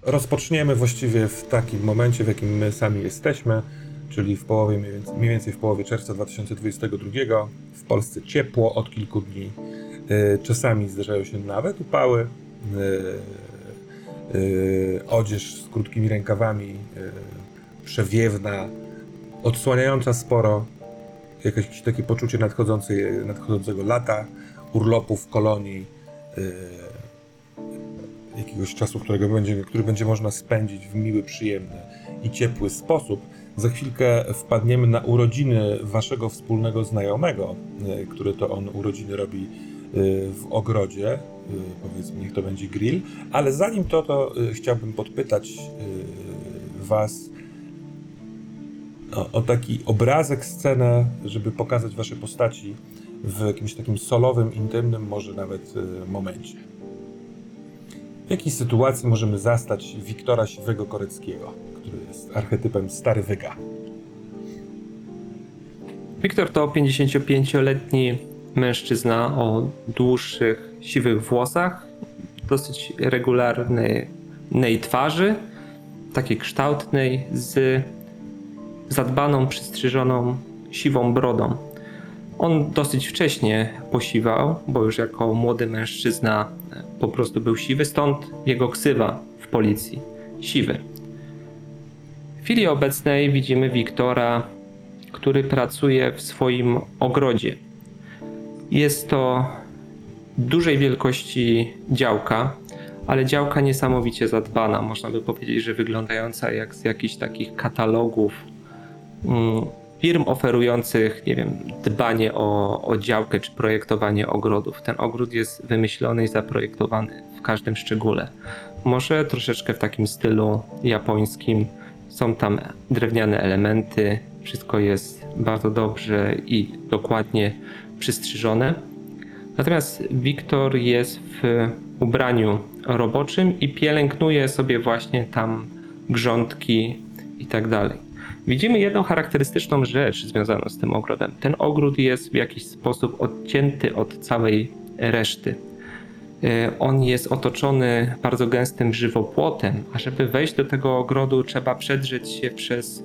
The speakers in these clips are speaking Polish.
Rozpoczniemy właściwie w takim momencie, w jakim my sami jesteśmy, czyli w połowie, mniej więcej w połowie czerwca 2022. W Polsce ciepło od kilku dni. Czasami zdarzają się nawet upały. Odzież z krótkimi rękawami, przewiewna, odsłaniająca sporo jakieś takie poczucie nadchodzącego lata, urlopów, kolonii, jakiegoś czasu, który będzie można spędzić w miły, przyjemny i ciepły sposób. Za chwilkę wpadniemy na urodziny waszego wspólnego znajomego, który to on urodziny robi w ogrodzie. Powiedzmy, niech to będzie grill. Ale zanim to chciałbym podpytać was o taki obrazek, scenę, żeby pokazać wasze postaci w jakimś takim solowym, intymnym, może nawet momencie. W jakiej sytuacji możemy zastać Wiktora Siwego Koreckiego, który jest archetypem stary wyga? Wiktor to 55-letni mężczyzna o dłuższych, siwych włosach, dosyć regularnej twarzy, takiej kształtnej, z zadbaną, przystrzyżoną, siwą brodą. On dosyć wcześnie posiwał, bo już jako młody mężczyzna po prostu był siwy, stąd jego ksywa w policji – Siwy. W chwili obecnej widzimy Wiktora, który pracuje w swoim ogrodzie. Jest to dużej wielkości działka, ale działka niesamowicie zadbana. Można by powiedzieć, że wyglądająca jak z jakichś takich katalogów firm oferujących, nie wiem, dbanie o działkę czy projektowanie ogrodów. Ten ogród jest wymyślony i zaprojektowany w każdym szczególe. Może troszeczkę w takim stylu japońskim. Są tam drewniane elementy, wszystko jest bardzo dobrze i dokładnie przystrzyżone. Natomiast Wiktor jest w ubraniu roboczym i pielęgnuje sobie właśnie tam grządki i tak dalej. Widzimy jedną charakterystyczną rzecz związaną z tym ogrodem. Ten ogród jest w jakiś sposób odcięty od całej reszty. On jest otoczony bardzo gęstym żywopłotem, a żeby wejść do tego ogrodu, trzeba przedrzeć się przez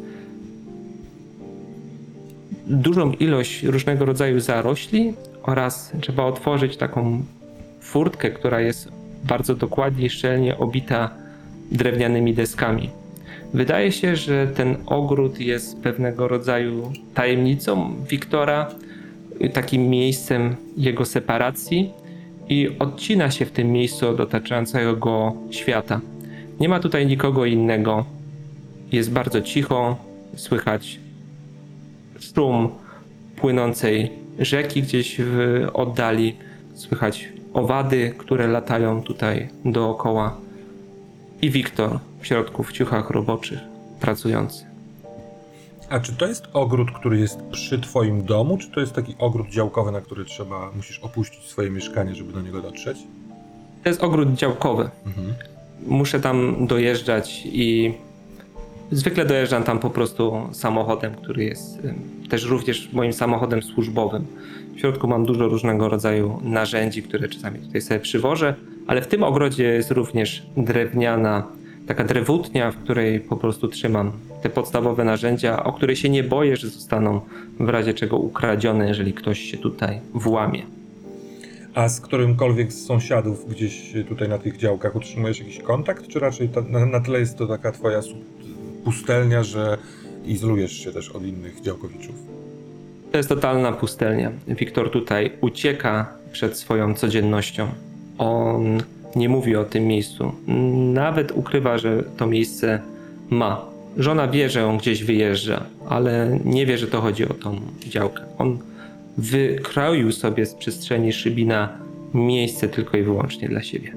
dużą ilość różnego rodzaju zarośli oraz trzeba otworzyć taką furtkę, która jest bardzo dokładnie i szczelnie obita drewnianymi deskami. Wydaje się, że ten ogród jest pewnego rodzaju tajemnicą Wiktora, takim miejscem jego separacji i odcina się w tym miejscu od otaczającego go świata. Nie ma tutaj nikogo innego. Jest bardzo cicho, słychać szum płynącej rzeki gdzieś w oddali, słychać owady, które latają tutaj dookoła i Wiktor w środku w ciuchach roboczych, pracujący. A czy to jest ogród, który jest przy twoim domu, czy to jest taki ogród działkowy, na który musisz opuścić swoje mieszkanie, żeby do niego dotrzeć? To jest ogród działkowy. Muszę tam dojeżdżać i zwykle dojeżdżam tam po prostu samochodem, który jest też również moim samochodem służbowym. W środku mam dużo różnego rodzaju narzędzi, które czasami tutaj sobie przywożę, ale w tym ogrodzie jest również drewniana, taka drewutnia, w której po prostu trzymam te podstawowe narzędzia, o które się nie boję, że zostaną w razie czego ukradzione, jeżeli ktoś się tutaj włamie. A z którymkolwiek z sąsiadów gdzieś tutaj na tych działkach utrzymujesz jakiś kontakt, czy raczej na tyle jest to taka twoja pustelnia, że izolujesz się też od innych działkowiczów? To jest totalna pustelnia. Wiktor tutaj ucieka przed swoją codziennością. On nie mówi o tym miejscu. Nawet ukrywa, że to miejsce ma. Żona wie, że on gdzieś wyjeżdża, ale nie wie, że to chodzi o tą działkę. On wykroił sobie z przestrzeni Szybina miejsce tylko i wyłącznie dla siebie.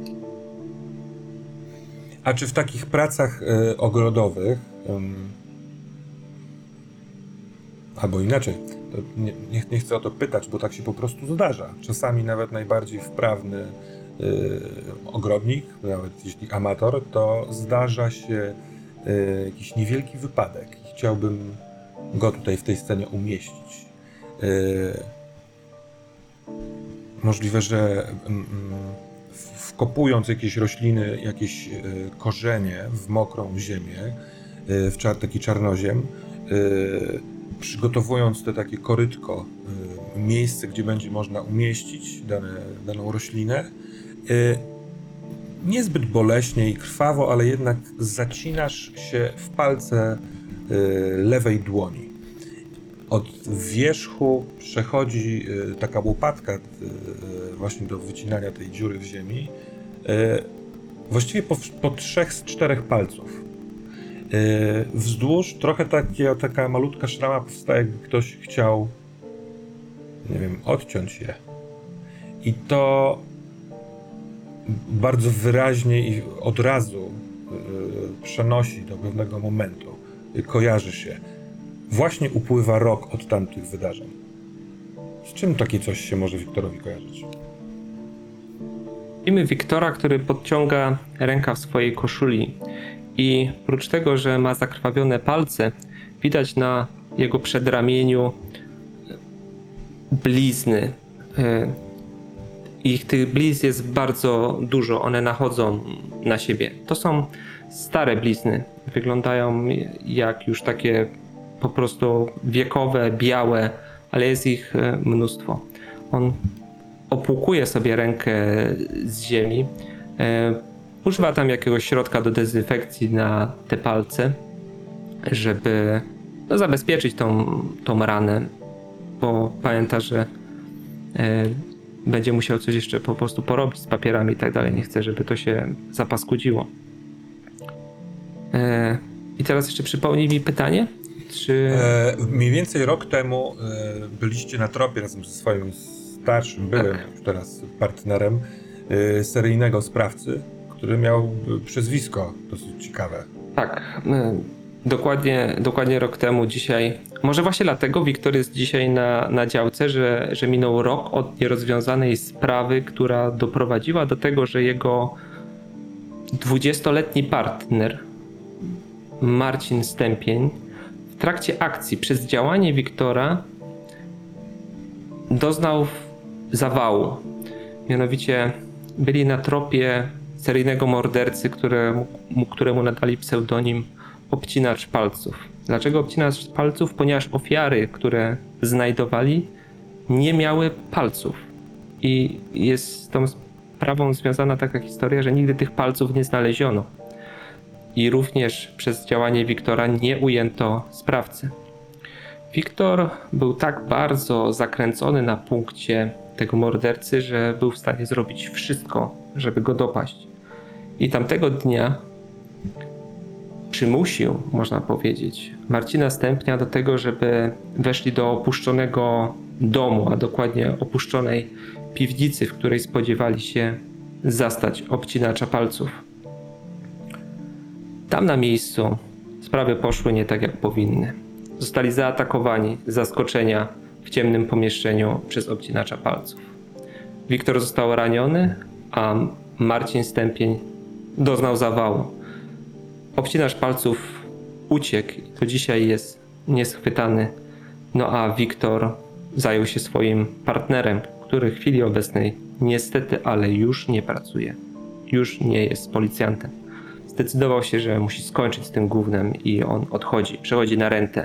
A czy w takich pracach ogrodowych, albo inaczej, to nie chcę o to pytać, bo tak się po prostu zdarza. Czasami nawet najbardziej wprawny ogrodnik, nawet jeśli amator, to zdarza się jakiś niewielki wypadek i chciałbym go tutaj w tej scenie umieścić. Możliwe, że w wkopując jakieś rośliny, jakieś korzenie w mokrą ziemię, w taki czarnoziem, przygotowując te takie korytko, miejsce, gdzie będzie można umieścić daną roślinę. Niezbyt boleśnie i krwawo, ale jednak zacinasz się w palce lewej dłoni. Od wierzchu przechodzi taka łopatka właśnie do wycinania tej dziury w ziemi. Właściwie po 3 z 4 palców. Wzdłuż trochę taka malutka szrama powstaje, jakby ktoś chciał, nie wiem, odciąć je. I to bardzo wyraźnie i od razu przenosi do pewnego momentu. Kojarzy się. Właśnie upływa rok od tamtych wydarzeń. Z czym takie coś się może Wiktorowi kojarzyć? Widzimy Wiktora, który podciąga rękaw swojej koszuli i oprócz tego, że ma zakrwawione palce, widać na jego przedramieniu blizny. Ich tych blizn jest bardzo dużo, one nachodzą na siebie. To są stare blizny, wyglądają jak już takie po prostu wiekowe, białe, ale jest ich mnóstwo. On opłukuje sobie rękę z ziemi, używa tam jakiegoś środka do dezynfekcji na te palce, żeby zabezpieczyć tą ranę, bo pamięta, że będzie musiał coś jeszcze po prostu porobić z papierami i tak dalej. Nie chce, żeby to się zapaskudziło. I teraz jeszcze przypomnij mi pytanie, czy... Mniej więcej rok temu byliście na tropie razem ze swoim starszym, byłym już teraz partnerem seryjnego sprawcy, który miał przezwisko dosyć ciekawe. Tak, dokładnie rok temu dzisiaj. Może właśnie dlatego Wiktor jest dzisiaj na działce, że minął rok od nierozwiązanej sprawy, która doprowadziła do tego, że jego 20-letni partner Marcin Stępień w trakcie akcji przez działanie Wiktora doznał zawału. Mianowicie byli na tropie seryjnego mordercy, któremu nadali pseudonim Obcinacz Palców. Dlaczego Obcinacz Palców? Ponieważ ofiary, które znajdowali, nie miały palców. I jest z tą sprawą związana taka historia, że nigdy tych palców nie znaleziono. I również przez działanie Wiktora nie ujęto sprawcy. Wiktor był tak bardzo zakręcony na punkcie tego mordercy, że był w stanie zrobić wszystko, żeby go dopaść. I tamtego dnia przymusił, można powiedzieć, Marcina Stępnia do tego, żeby weszli do opuszczonego domu, a dokładnie opuszczonej piwnicy, w której spodziewali się zastać obcinacza palców. Tam na miejscu sprawy poszły nie tak, jak powinny. Zostali zaatakowani z zaskoczenia w ciemnym pomieszczeniu przez obcinacza palców. Wiktor został raniony, a Marcin Stępień doznał zawału. Obcinacz palców uciekł i do dzisiaj jest nieschwytany. No a Wiktor zajął się swoim partnerem, który w chwili obecnej niestety, ale już nie pracuje. Już nie jest policjantem. Zdecydował się, że musi skończyć z tym gównem i on odchodzi, przechodzi na rentę.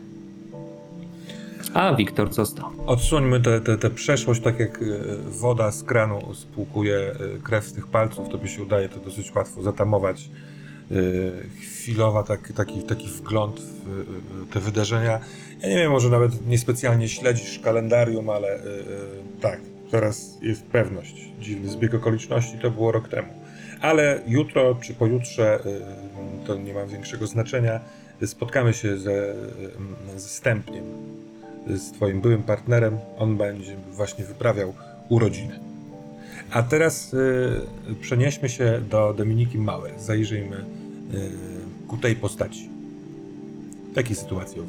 A Wiktor został. Odsuńmy tę przeszłość, tak jak woda z kranu spłukuje krew z tych palców, tobie się udaje to dosyć łatwo zatamować. Chwilowa taki wgląd w te wydarzenia. Ja nie wiem, może nawet niespecjalnie śledzisz kalendarium, ale tak, teraz jest pewność. Dziwny zbieg okoliczności, to było rok temu. Ale jutro czy pojutrze, to nie ma większego znaczenia, spotkamy się ze Stępniem, z twoim byłym partnerem. On będzie właśnie wyprawiał urodziny. A teraz przenieśmy się do Dominiki Małej. Zajrzyjmy ku tej postaci. W takiej sytuacji.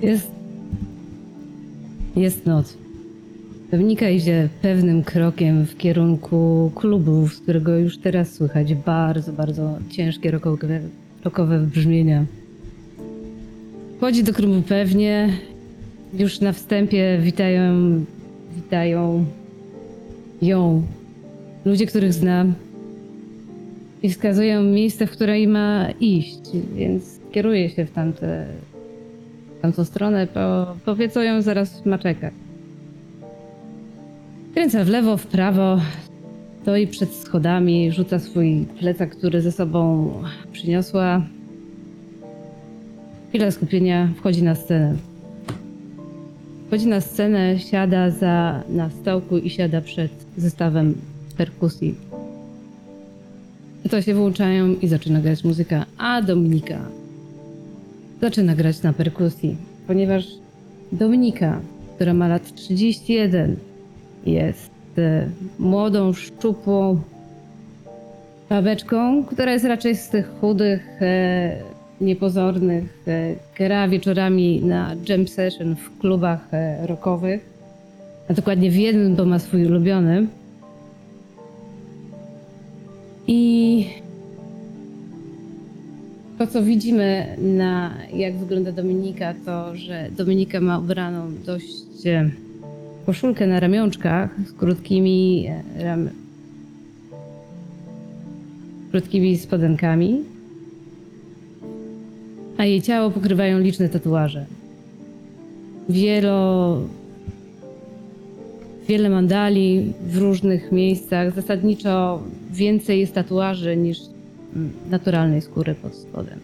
Jest noc. Dominika idzie pewnym krokiem w kierunku klubu, z którego już teraz słychać bardzo, bardzo ciężkie rockowe brzmienia. Wchodzi do klubu pewnie. Już na wstępie witają ją ludzie, których znam. i wskazują miejsce, w której ma iść, więc kieruje się w tamtą stronę, bo wie, co ją zaraz ma czekać. Kręca w lewo, w prawo, stoi przed schodami, rzuca swój plecak, który ze sobą przyniosła. Chwila skupienia, wchodzi na scenę. Wchodzi na scenę, siada na stołku i siada przed zestawem perkusji. To się włączają i zaczyna grać muzyka, a Dominika zaczyna grać na perkusji, ponieważ Dominika, która ma lat 31, jest młodą, szczupłą babeczką, która jest raczej z tych chudych, niepozornych, gra wieczorami na jam session w klubach rockowych, a dokładnie w jednym, bo ma swój ulubiony. I to, co widzimy jak wygląda Dominika, to, że Dominika ma ubraną dość koszulkę na ramionczkach z krótkimi spodenkami, a jej ciało pokrywają liczne tatuaże. Wiele mandali w różnych miejscach. Zasadniczo więcej jest tatuaży niż naturalnej skóry pod spodem.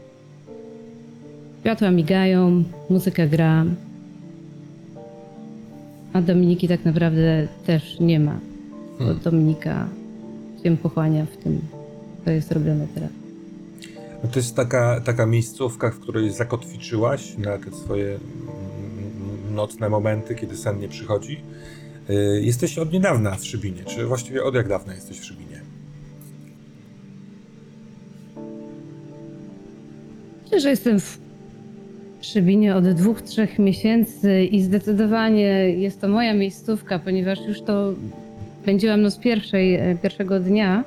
Światła migają, muzyka gra, a Dominiki tak naprawdę też nie ma, bo Dominika się pochłania w tym, co jest robione teraz. No to jest taka miejscówka, w której zakotwiczyłaś na te swoje nocne momenty, kiedy sen nie przychodzi. Jesteś od niedawna w Szybinie, czy właściwie od jak dawna jesteś w Szybinie? Myślę, że jestem w Szybinie od 2-3 miesięcy i zdecydowanie jest to moja miejscówka, ponieważ już to spędziłam noc pierwszego dnia,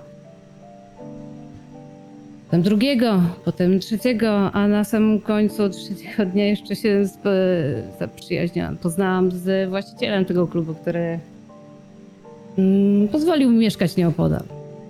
potem drugiego, potem trzeciego, a na samym końcu trzeciego dnia jeszcze się zaprzyjaźniłam. Poznałam z właścicielem tego klubu, który pozwolił mi mieszkać nieopodal.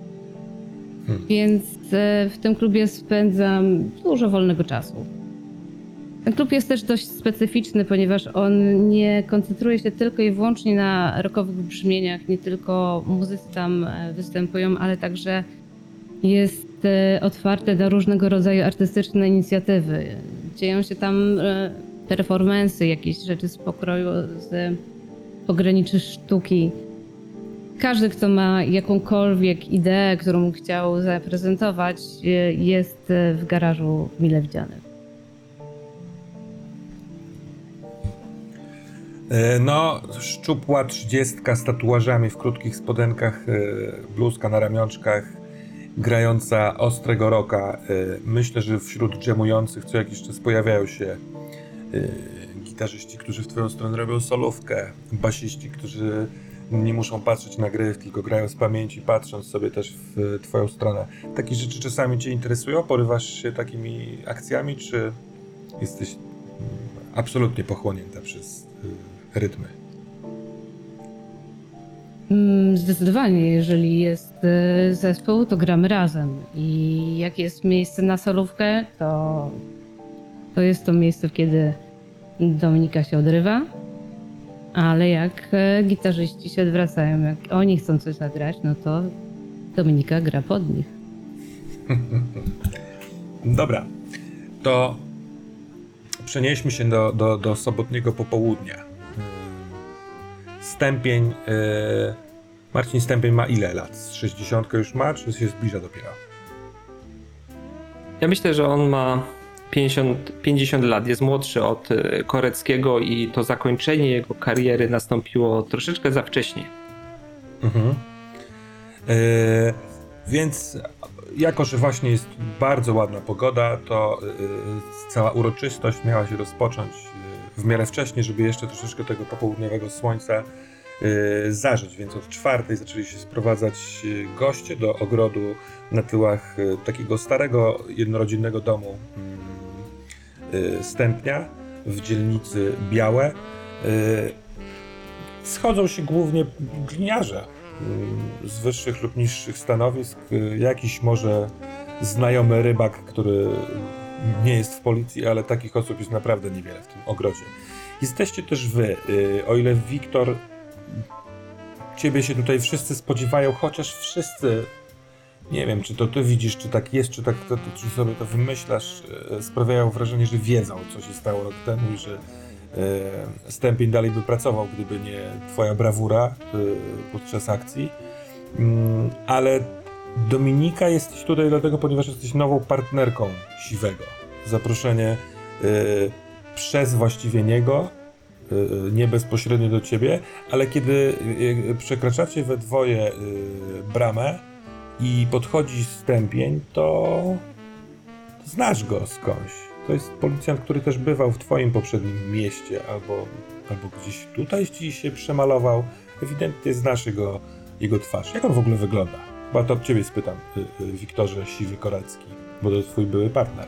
Więc w tym klubie spędzam dużo wolnego czasu. Ten klub jest też dość specyficzny, ponieważ on nie koncentruje się tylko i wyłącznie na rockowych brzmieniach, nie tylko muzycy tam występują, ale także jest otwarte na różnego rodzaju artystyczne inicjatywy. Dzieją się tam performance'y, jakieś rzeczy z pokroju, z pograniczy sztuki. Każdy, kto ma jakąkolwiek ideę, którą chciał zaprezentować, jest w garażu mile widziany. No, szczupła 30 z tatuażami w krótkich spodenkach, bluzka na ramionczkach, grająca ostrego rocka. Myślę, że wśród dżemujących co jakiś czas pojawiają się gitarzyści, którzy w twoją stronę robią solówkę, basiści, którzy nie muszą patrzeć na gry, tylko grają z pamięci, patrząc sobie też w twoją stronę. Takie rzeczy czasami cię interesują? Porywasz się takimi akcjami, czy jesteś absolutnie pochłonięta przez rytmy? Zdecydowanie, jeżeli jest zespół, to gramy razem. I jak jest miejsce na solówkę, to jest to miejsce, kiedy Dominika się odrywa. Ale jak gitarzyści się odwracają, jak oni chcą coś zagrać, no to Dominika gra pod nich. Dobra, to przenieśmy się do sobotniego popołudnia. Stępień, Marcin Stępień ma ile lat? Z 60 już ma, czy się zbliża dopiero? Ja myślę, że on ma 50 lat, jest młodszy od Koreckiego i to zakończenie jego kariery nastąpiło troszeczkę za wcześnie. Więc jako, że właśnie jest bardzo ładna pogoda, to cała uroczystość miała się rozpocząć w miarę wcześnie, żeby jeszcze troszeczkę tego popołudniowego słońca zażyć, więc od 4 zaczęli się sprowadzać goście do ogrodu na tyłach takiego starego, jednorodzinnego domu Stępnia w dzielnicy Białe. Schodzą się głównie gliniarze, z wyższych lub niższych stanowisk, jakiś może znajomy rybak, który nie jest w policji, ale takich osób jest naprawdę niewiele w tym ogrodzie. Jesteście też wy, o ile Wiktor, ciebie się tutaj wszyscy spodziewają, chociaż wszyscy, nie wiem, czy to ty widzisz, czy tak jest, czy tak czy sobie to wymyślasz, sprawiają wrażenie, że wiedzą, co się stało rok temu i że Stępień dalej by pracował, gdyby nie twoja brawura podczas akcji. Ale Dominika, jesteś tutaj dlatego, ponieważ jesteś nową partnerką Siwego. Zaproszenie przez właściwie niego, nie bezpośrednio do ciebie, ale kiedy przekraczacie we dwoje bramę i podchodzi Stępień, to znasz go skądś. To jest policjant, który też bywał w twoim poprzednim mieście, albo gdzieś tutaj ci się przemalował. Ewidentnie znasz jego twarz. Jak on w ogóle wygląda? Chyba to ciebie spytam, Wiktorze Siwy-Koracki, bo to twój były partner.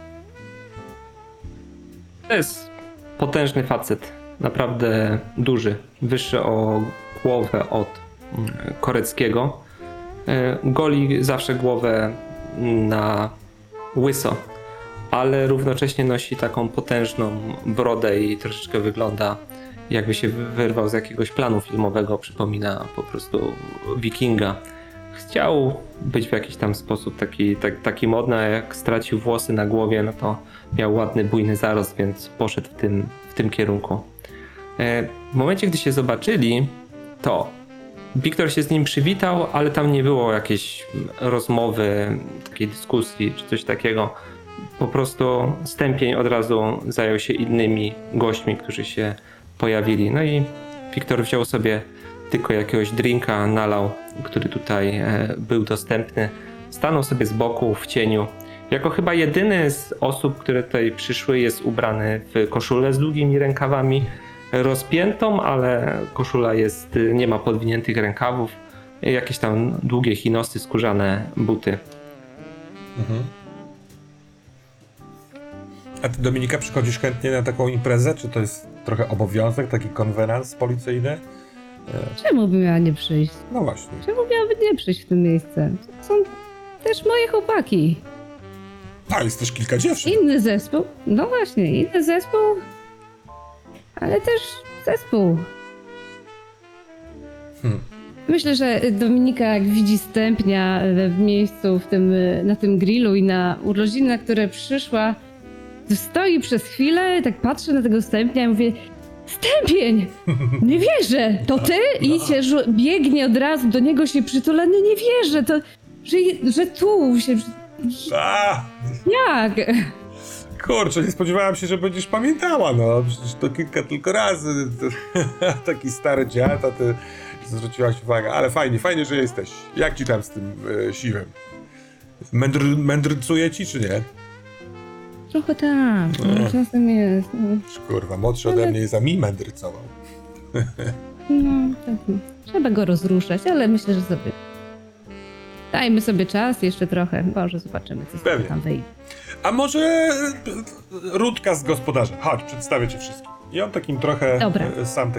To jest potężny facet, naprawdę duży, wyższy o głowę od Koreckiego. Goli zawsze głowę na łyso, ale równocześnie nosi taką potężną brodę i troszeczkę wygląda, jakby się wyrwał z jakiegoś planu filmowego, przypomina po prostu wikinga. Chciał być w jakiś tam sposób taki modny, a jak stracił włosy na głowie, no to miał ładny, bujny zarost, więc poszedł w tym kierunku. W momencie, gdy się zobaczyli, to Wiktor się z nim przywitał, ale tam nie było jakiejś rozmowy, takiej dyskusji czy coś takiego. Po prostu Stępień od razu zajął się innymi gośćmi, którzy się pojawili. No i Wiktor wziął sobie tylko jakiegoś drinka, nalał, który tutaj był dostępny. Stanął sobie z boku, w cieniu. Jako chyba jedyny z osób, które tutaj przyszły, jest ubrany w koszulę z długimi rękawami, rozpiętą, ale koszula nie ma podwiniętych rękawów. Jakieś tam długie chinosy, skórzane buty. Mhm. A ty, Dominika, przychodzisz chętnie na taką imprezę? Czy to jest trochę obowiązek, taki konwenans policyjny? Czemu bym miała nie przyjść? No właśnie. Czemu miałaby nie przyjść w tym miejsce? To są też moje chłopaki. A, jest też kilka dziewczyn. Inny zespół. No właśnie, inny zespół, ale też zespół. Myślę, że Dominika, jak widzi Stępnia w miejscu, na tym grillu i na urodziny, na które przyszła, to stoi przez chwilę, tak patrzy na tego Stępnia i mówię: Stępień! Nie wierzę! To ty? I się biegnie od razu, do niego się przytula. No nie wierzę, to, że tu się... A, Jak? kurczę, nie spodziewałem się, że będziesz pamiętała, no. Przecież to kilka tylko razy. Taki stary dziad, a ty zwróciłaś uwagę. Ale fajnie, że jesteś. Jak ci tam z tym Siwem? Mędrcuje ci, czy nie? Trochę tak, czasem jest. No, Kurwa, młodszy ode mnie za mi mędrcował. no tak. Trzeba go rozruszać, ale myślę, że sobie... Dajmy sobie czas jeszcze trochę. Może zobaczymy, co sobie Pewnie. tam wyjdzie. A może Rudka z gospodarzem? Chodź, przedstawię cię wszystkim. I on takim trochę, Dobra. sam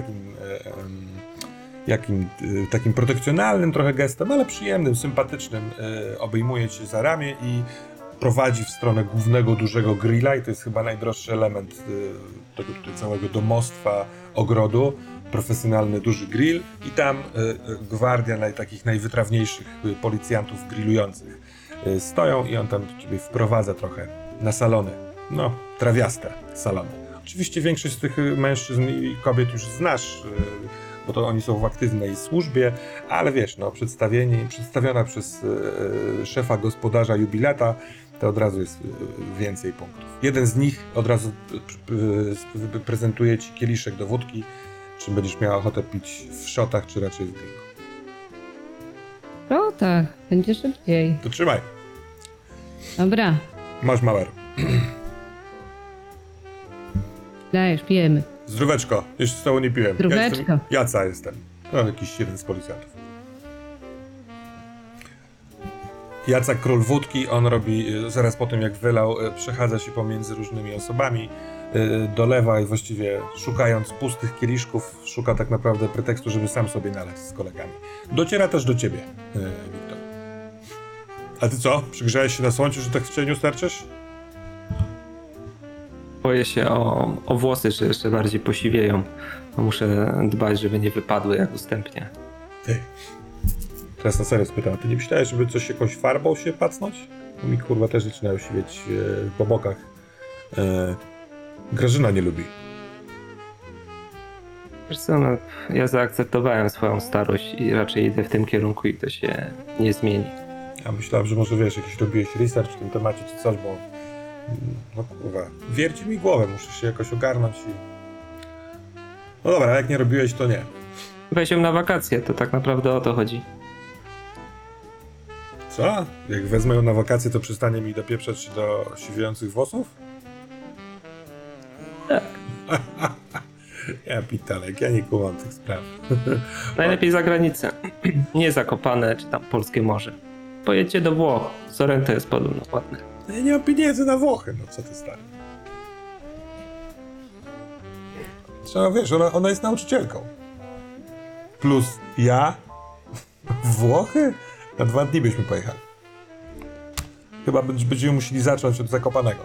takim protekcjonalnym trochę gestem, ale przyjemnym, sympatycznym, obejmuje cię za ramię i prowadzi w stronę głównego, dużego grilla, i to jest chyba najdroższy element tego tutaj całego domostwa, ogrodu. Profesjonalny, duży grill i tam gwardia takich najwytrawniejszych policjantów grillujących stoją i on tam ciebie wprowadza trochę na salony. No, trawiaste salony. Oczywiście większość z tych mężczyzn i kobiet już znasz, bo to oni są w aktywnej służbie, ale wiesz, no, przedstawiona przez szefa gospodarza jubilata, to od razu jest więcej punktów. Jeden z nich od razu prezentuje ci kieliszek do wódki. Czy będziesz miała ochotę pić w szotach, czy raczej w drinku? O tak, będzie szybciej. To trzymaj. Dobra, Masz małer. dajesz, pijemy. Zdróweczko. Jeszcze z tobą nie piłem. Zdróweczko. Jaca jestem. No, jakiś jeden z policjantów. Jacek Król Wódki, on robi, zaraz po tym jak wylał, przechadza się pomiędzy różnymi osobami, dolewa i właściwie szukając pustych kieliszków, szuka tak naprawdę pretekstu, żeby sam sobie nalać z kolegami. Dociera też do ciebie, Wiktor. A ty co? Przygrzałeś się na słońcu, że tak w cieniu sterczysz? Boję się o włosy, że jeszcze bardziej posiwieją. Muszę dbać, żeby nie wypadły jak ustępnie. Ty. Teraz na serio spytam, a ty nie myślałeś, żeby coś jakąś farbą się pacnąć? Bo mi kurwa też zaczynają siwieć po bokach. Grażyna nie lubi. Wiesz co, no, ja zaakceptowałem swoją starość i raczej idę w tym kierunku i to się nie zmieni. Ja myślałem, że może wiesz, jakiś robiłeś research w tym temacie czy coś, bo no kurwa, wierci mi głowę, muszę się jakoś ogarnąć i... No dobra, jak nie robiłeś, to nie. Weź ją na wakacje, to tak naprawdę o to chodzi. Co? Jak wezmę ją na wakacje, to przestanie mi dopieprzać do siwiejących włosów? Tak. Ja pitalek, ja nie kumam tych spraw. Najlepiej za granicę. Nie Zakopane czy tam Polskie Morze. Pojedźcie do Włoch. Sorrento jest podobno ładne. Ja nie mam pieniędzy na Włochy, no co ty stary. Trzeba, wiesz, ona jest nauczycielką. Plus ja? Włochy? Na 2 dni byśmy pojechali. Chyba będziemy musieli zacząć od Zakopanego.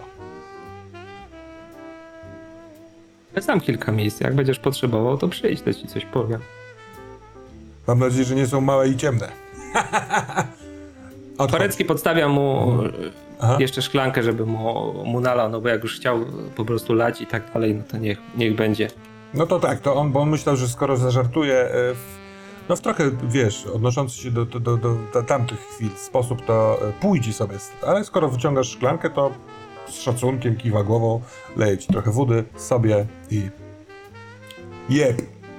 Ja znam kilka miejsc. Jak będziesz potrzebował, to przyjdź, to ci coś powiem. Mam nadzieję, że nie są małe i ciemne. Odchodź. Korecki podstawia mu Aha. jeszcze szklankę, żeby mu nalał, no bo jak już chciał po prostu lać i tak dalej, no to niech będzie. No to tak, to on, bo on myślał, że skoro zażartuje w trochę, wiesz, odnoszący się do tamtych chwil sposób, to pójdzie sobie, ale skoro wyciągasz szklankę, to z szacunkiem kiwa głową, leje ci trochę wody sobie i jeb.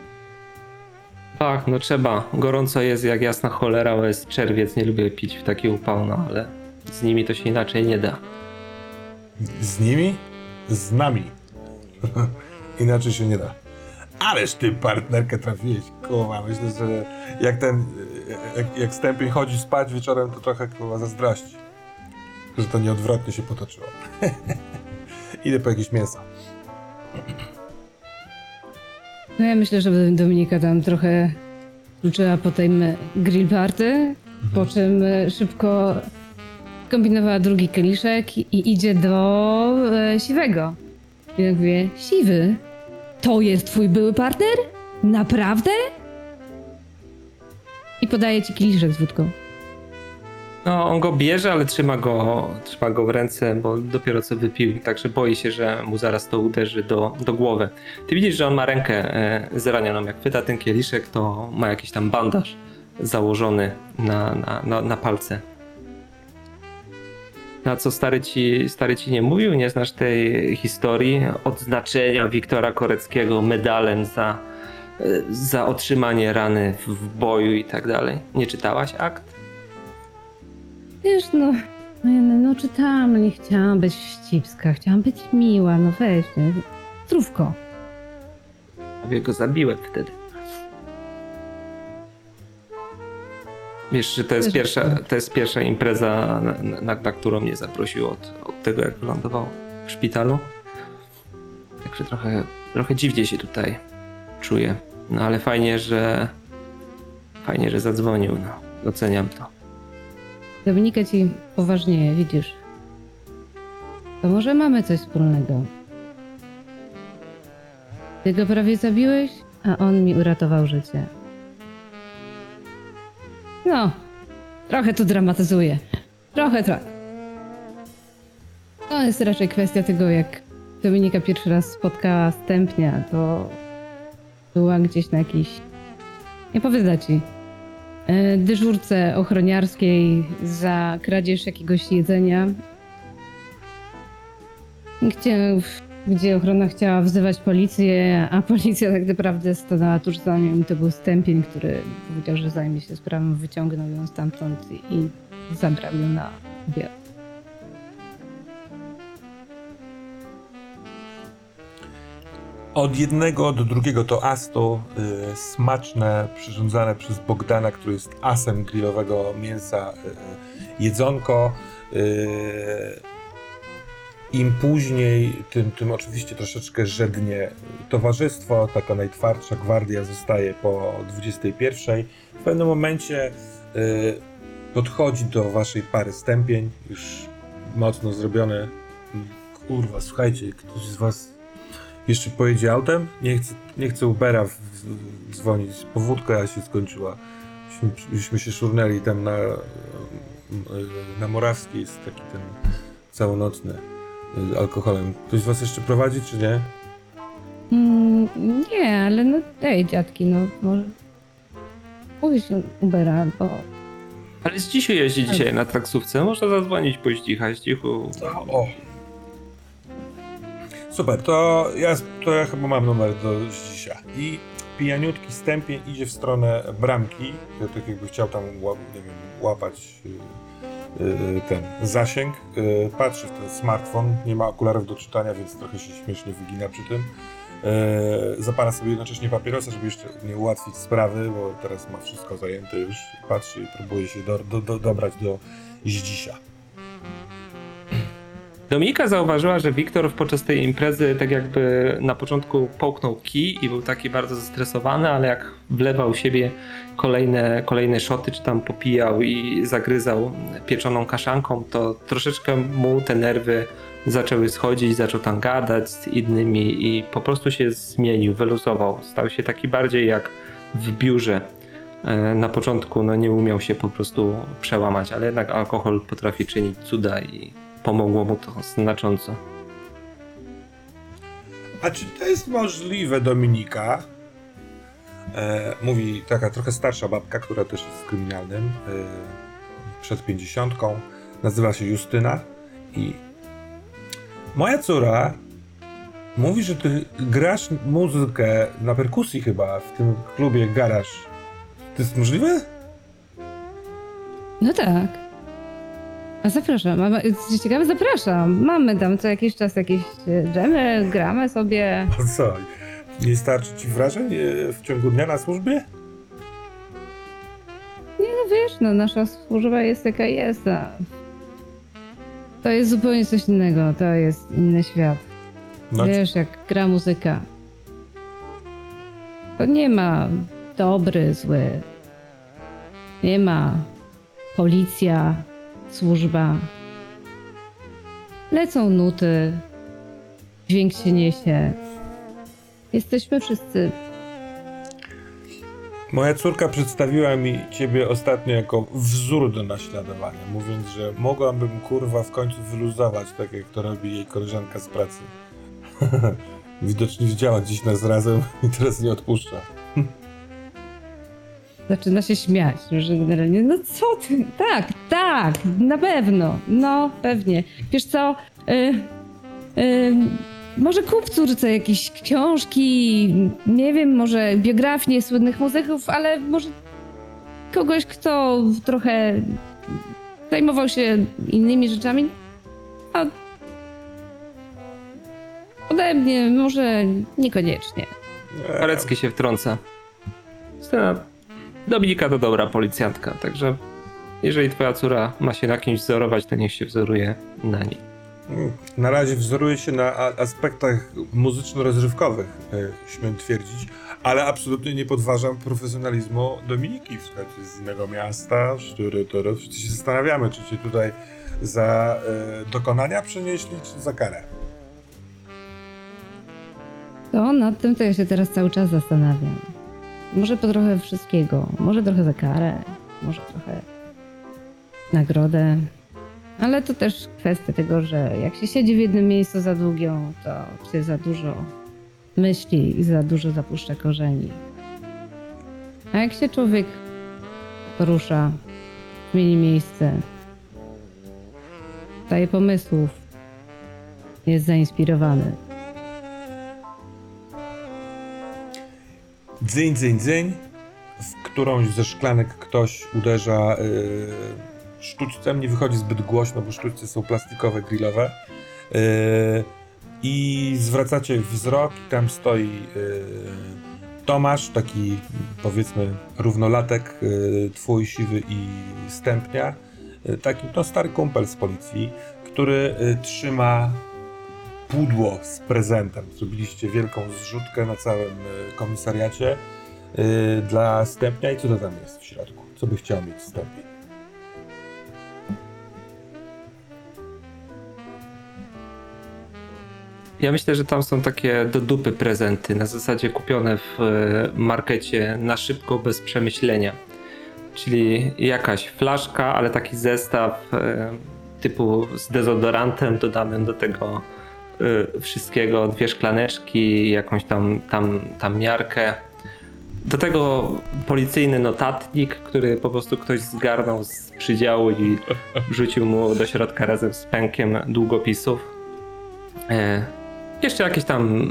Tak, no trzeba. Gorąco jest jak jasna cholera, bo jest czerwiec, nie lubię pić w taki upał, no ale z nimi to się inaczej nie da. Z nimi? Z nami. Inaczej się nie da. Ależ ty partnerkę trafiłeś, kurwa, myślę, że jak Stępień chodzi spać wieczorem, to trochę kurwa zazdrości. Że to nieodwrotnie się potoczyło. Idę po jakieś mięso. No ja myślę, że Dominika tam trochę kluczyła po tym grill party, po czym szybko kombinowała drugi kieliszek i idzie do Siwego. I ja mówię, Siwy, to jest twój były partner? Naprawdę? I podaje ci kieliszek z wódką. No on go bierze, ale trzyma go w ręce, bo dopiero co wypił, także boi się, że mu zaraz to uderzy do głowy. Ty widzisz, że on ma rękę zranioną. Jak chwyta ten kieliszek, to ma jakiś tam bandaż założony na palce. Na co stary ci nie mówił? Nie znasz tej historii? Odznaczenia Wiktora Koreckiego medalem za otrzymanie rany w boju i tak dalej. Nie czytałaś akt? Wiesz, no czytałam, nie chciałam być wścibska, chciałam być miła, no weź, nie? Zdrówko. Prawie go zabiłem wtedy. Wiesz, że to jest pierwsza impreza, na którą mnie zaprosił od tego, jak wylądował w szpitalu. Także trochę dziwnie się tutaj czuję. No ale fajnie, że zadzwonił. No, doceniam to. Dominika ci poważnieje, widzisz. To może mamy coś wspólnego. Ty go prawie zabiłeś, a on mi uratował życie. No, trochę tu dramatyzuję. Trochę. To jest raczej kwestia tego, jak Dominika pierwszy raz spotkała Stępnia, to była gdzieś na jakiejś, nie powiedzę ci, dyżurce ochroniarskiej za kradzież jakiegoś jedzenia, gdzie ochrona chciała wzywać policję, a policja tak naprawdę stanęła tuż za nią i to był Stępień, który powiedział, że zajmie się sprawą, wyciągnął ją stamtąd i zabrał ją na obiad. Od jednego do drugiego toastu smaczne, przyrządzane przez Bogdana, który jest asem grillowego mięsa jedzonko. Im później, tym oczywiście troszeczkę żednie towarzystwo, taka najtwardsza gwardia zostaje po 21. W pewnym momencie podchodzi do waszej pary stępień, już mocno zrobione. Kurwa, słuchajcie, ktoś z was jeszcze pojedzie autem? Nie chcę Ubera dzwonić, powódka się skończyła. Myśmy się szurnęli tam na Morawskiej, jest taki ten całonocny alkoholem. Ktoś z was jeszcze prowadzi, czy nie? Nie, ale no daj dziadki, no może pójdź Ubera, bo Ale Zdzisiu jeździ dzisiaj na taksówce, można zadzwonić po Zdzicha, Zdzichu. O. Super, to ja chyba mam numer do Zdzisia. I pijaniutki stępień idzie w stronę bramki, tak jakby chciał tam łapać ten zasięg. Patrzy w ten smartfon, nie ma okularów do czytania, więc trochę się śmiesznie wygina przy tym. Zapala sobie jednocześnie papierosa, żeby jeszcze nie ułatwić sprawy, bo teraz ma wszystko zajęte już. Patrzy i próbuje się dobrać do Zdzisia. Dominika zauważyła, że Wiktor podczas tej imprezy tak jakby na początku połknął kij i był taki bardzo zestresowany, ale jak wlewał siebie kolejne szoty, czy tam popijał i zagryzał pieczoną kaszanką, to troszeczkę mu te nerwy zaczęły schodzić, zaczął tam gadać z innymi i po prostu się zmienił, wyluzował. Stał się taki bardziej jak w biurze. Na początku nie umiał się po prostu przełamać, ale jednak alkohol potrafi czynić cuda i pomogło mu to znacząco. A czy to jest możliwe, Dominika? Mówi taka trochę starsza babka, która też jest kryminalnym, przed 50. Nazywa się Justyna i moja córa mówi, że ty grasz muzykę na perkusji chyba w tym klubie Garaż. To jest możliwe? no tak. A zapraszam, ciekawe, zapraszam. Mamy tam co jakiś czas jakieś dżemy, gramy sobie. A co? Nie starczy ci wrażeń w ciągu dnia na służbie? Nie no wiesz, no nasza służba jest jaka jest. To jest zupełnie coś innego, to jest inny świat. No, Wiesz, jak gra muzyka. To nie ma dobry, zły. Nie ma policja, służba. Lecą nuty, dźwięk się niesie. Jesteśmy wszyscy. moja córka przedstawiła mi ciebie ostatnio jako wzór do naśladowania, mówiąc, że mogłabym kurwa w końcu wyluzować, tak jak to robi jej koleżanka z pracy. Widocznie widziała gdzieś nas razem i teraz nie odpuszcza. Zaczyna się śmiać, że generalnie, no co ty? Tak, na pewno. No, pewnie. Wiesz co? Może kup córce jakieś książki, nie wiem, może biografie słynnych muzyków, ale może kogoś, kto trochę zajmował się innymi rzeczami. A ode mnie może niekoniecznie. Parecki się wtrąca. Dominika to dobra policjantka, także jeżeli twoja córa ma się na kimś wzorować, to niech się wzoruje na niej. Na razie wzoruje się na aspektach muzyczno-rozrywkowych, śmiem twierdzić, ale absolutnie nie podważam profesjonalizmu Dominiki. Słuchajcie, z innego miasta, wszyscy się zastanawiamy, czy cię tutaj za dokonania przenieśli, czy za karę. To nad tym to ja się teraz cały czas zastanawiam. Może po trochę wszystkiego. Może trochę za karę, może trochę nagrodę. Ale to też kwestia tego, że jak się siedzi w jednym miejscu za długo, to się za dużo myśli i za dużo zapuszcza korzeni. A jak się człowiek porusza, zmieni miejsce, daje pomysłów, jest zainspirowany. Dzyń, dzyń, dzyń. W którąś ze szklanek ktoś uderza sztućcem. Nie wychodzi zbyt głośno, bo sztućce są plastikowe, grillowe. I zwracacie wzrok i tam stoi Tomasz, taki powiedzmy równolatek, twój siwy i stępnia. taki no, stary kumpel z policji, który trzyma pudło z prezentem. Zrobiliście wielką zrzutkę na całym komisariacie dla Stępnia i co to tam jest w środku? Co by chciał mieć Stępień? Ja myślę, że tam są takie do dupy prezenty, na zasadzie kupione w markecie na szybko, bez przemyślenia. Czyli jakaś flaszka, ale taki zestaw typu z dezodorantem, dodamy do tego wszystkiego, 2 szklaneczki, jakąś tam miarkę. Do tego policyjny notatnik, który po prostu ktoś zgarnął z przydziału i wrzucił mu do środka razem z pękiem długopisów. Jeszcze jakieś tam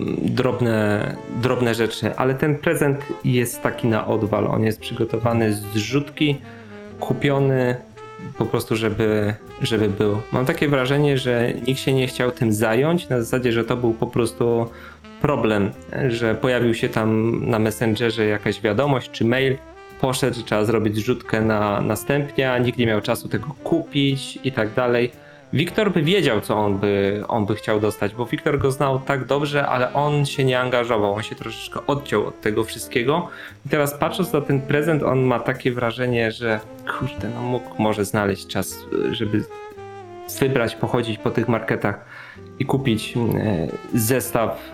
drobne rzeczy, ale ten prezent jest taki na odwal. On jest przygotowany z zrzutki, kupiony po prostu, żeby był. Mam takie wrażenie, że nikt się nie chciał tym zająć, na zasadzie, że to był po prostu problem, że pojawił się tam na Messengerze jakaś wiadomość czy mail, poszedł, że trzeba zrobić zrzutkę na Stępnia, nikt nie miał czasu tego kupić i tak dalej. Wiktor by wiedział, co on by chciał dostać, bo Wiktor go znał tak dobrze, ale on się nie angażował, on się troszeczkę odciął od tego wszystkiego. I teraz patrząc na ten prezent, on ma takie wrażenie, że kurde, no mógł może znaleźć czas, żeby pochodzić po tych marketach i kupić zestaw,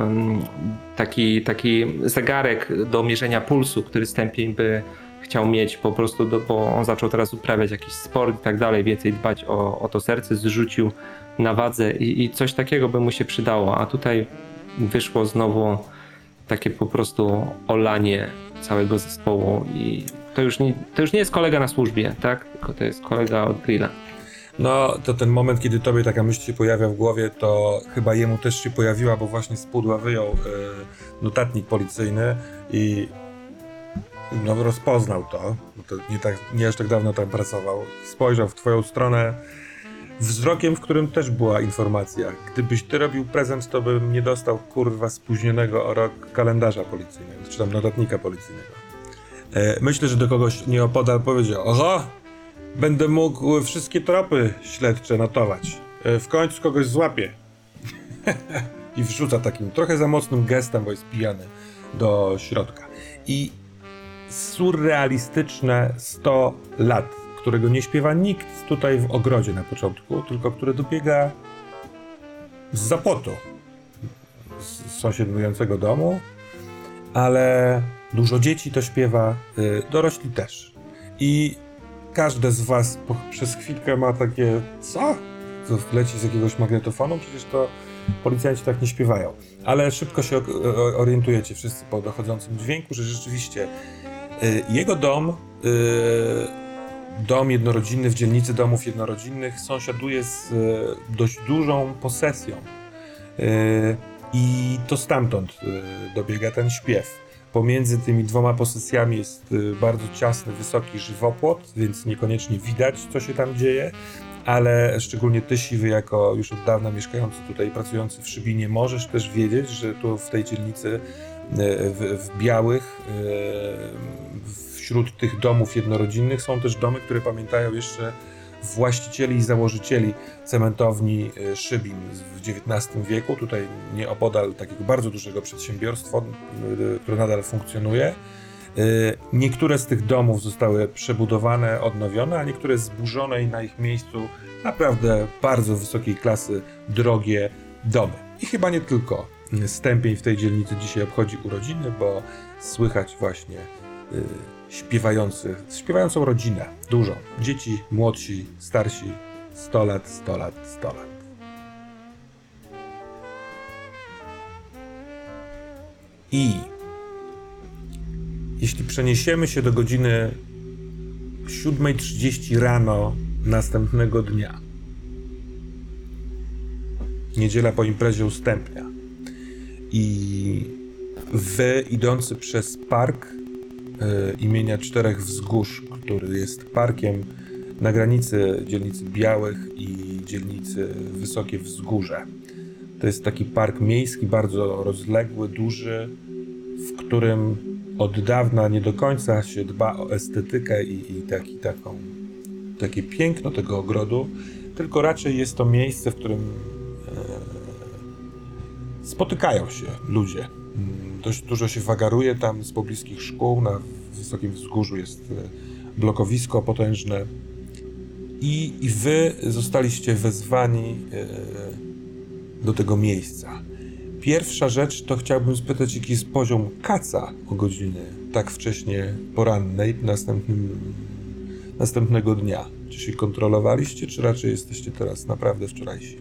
taki zegarek do mierzenia pulsu, który Stępień by chciał mieć po prostu, bo on zaczął teraz uprawiać jakiś sport i tak dalej, więcej dbać o to serce, zrzucił na wadze i coś takiego by mu się przydało, a tutaj wyszło znowu takie po prostu olanie całego zespołu i to już nie jest kolega na służbie, tak? Tylko to jest kolega od grilla. No, to ten moment, kiedy tobie taka myśl się pojawia w głowie, to chyba jemu też się pojawiła, bo właśnie z pudła wyjął notatnik policyjny i no, rozpoznał to, bo to nie aż tak dawno tam pracował. Spojrzał w twoją stronę wzrokiem, w którym też była informacja. Gdybyś ty robił prezent, to bym nie dostał kurwa spóźnionego o rok kalendarza policyjnego, czy tam notatnika policyjnego. Myślę, że do kogoś nieopodal powiedział: oho, będę mógł wszystkie tropy śledcze notować. W końcu kogoś złapię. I wrzuca takim trochę za mocnym gestem, bo jest pijany, do środka. I surrealistyczne 100 lat, którego nie śpiewa nikt tutaj w ogrodzie na początku, tylko które dobiega z zapotu, z sąsiadującego domu, ale dużo dzieci to śpiewa, dorośli też. I każde z was przez chwilkę ma takie: co? To leci z jakiegoś magnetofonu? Przecież to policjanci tak nie śpiewają. Ale szybko się orientujecie wszyscy po dochodzącym dźwięku, że rzeczywiście jego dom jednorodzinny w dzielnicy domów jednorodzinnych sąsiaduje z dość dużą posesją. I to stamtąd dobiega ten śpiew. Pomiędzy tymi 2 posesjami jest bardzo ciasny, wysoki żywopłot, więc niekoniecznie widać, co się tam dzieje, ale szczególnie ty, Siwy, jako już od dawna mieszkający tutaj, pracujący w Szybinie, możesz też wiedzieć, że tu w tej dzielnicy w Białych, wśród tych domów jednorodzinnych są też domy, które pamiętają jeszcze właścicieli i założycieli cementowni Szybin w XIX wieku. Tutaj nieopodal takiego bardzo dużego przedsiębiorstwa, które nadal funkcjonuje. Niektóre z tych domów zostały przebudowane, odnowione, a niektóre zburzone i na ich miejscu naprawdę bardzo wysokiej klasy, drogie domy. I chyba nie tylko Stępień w tej dzielnicy dzisiaj obchodzi urodziny, bo słychać właśnie śpiewającą rodzinę, dużą. Dzieci, młodsi, starsi, 100 lat, 100 lat, 100 lat. I jeśli przeniesiemy się do godziny 7:30 rano następnego dnia, niedziela po imprezie u Stępnia, i wy, idący przez park imienia Czterech Wzgórz, który jest parkiem na granicy dzielnicy Białych i dzielnicy Wysokie Wzgórze. To jest taki park miejski, bardzo rozległy, duży, w którym od dawna nie do końca się dba o estetykę i taką takie piękno tego ogrodu, tylko raczej jest to miejsce, w którym spotykają się ludzie. Dość dużo się wagaruje tam z pobliskich szkół, na wysokim wzgórzu jest blokowisko potężne i wy zostaliście wezwani do tego miejsca. Pierwsza rzecz to chciałbym spytać, jaki jest poziom kaca o godzinie tak wcześnie porannej następnego dnia. Czy się kontrolowaliście, czy raczej jesteście teraz naprawdę wczorajsi?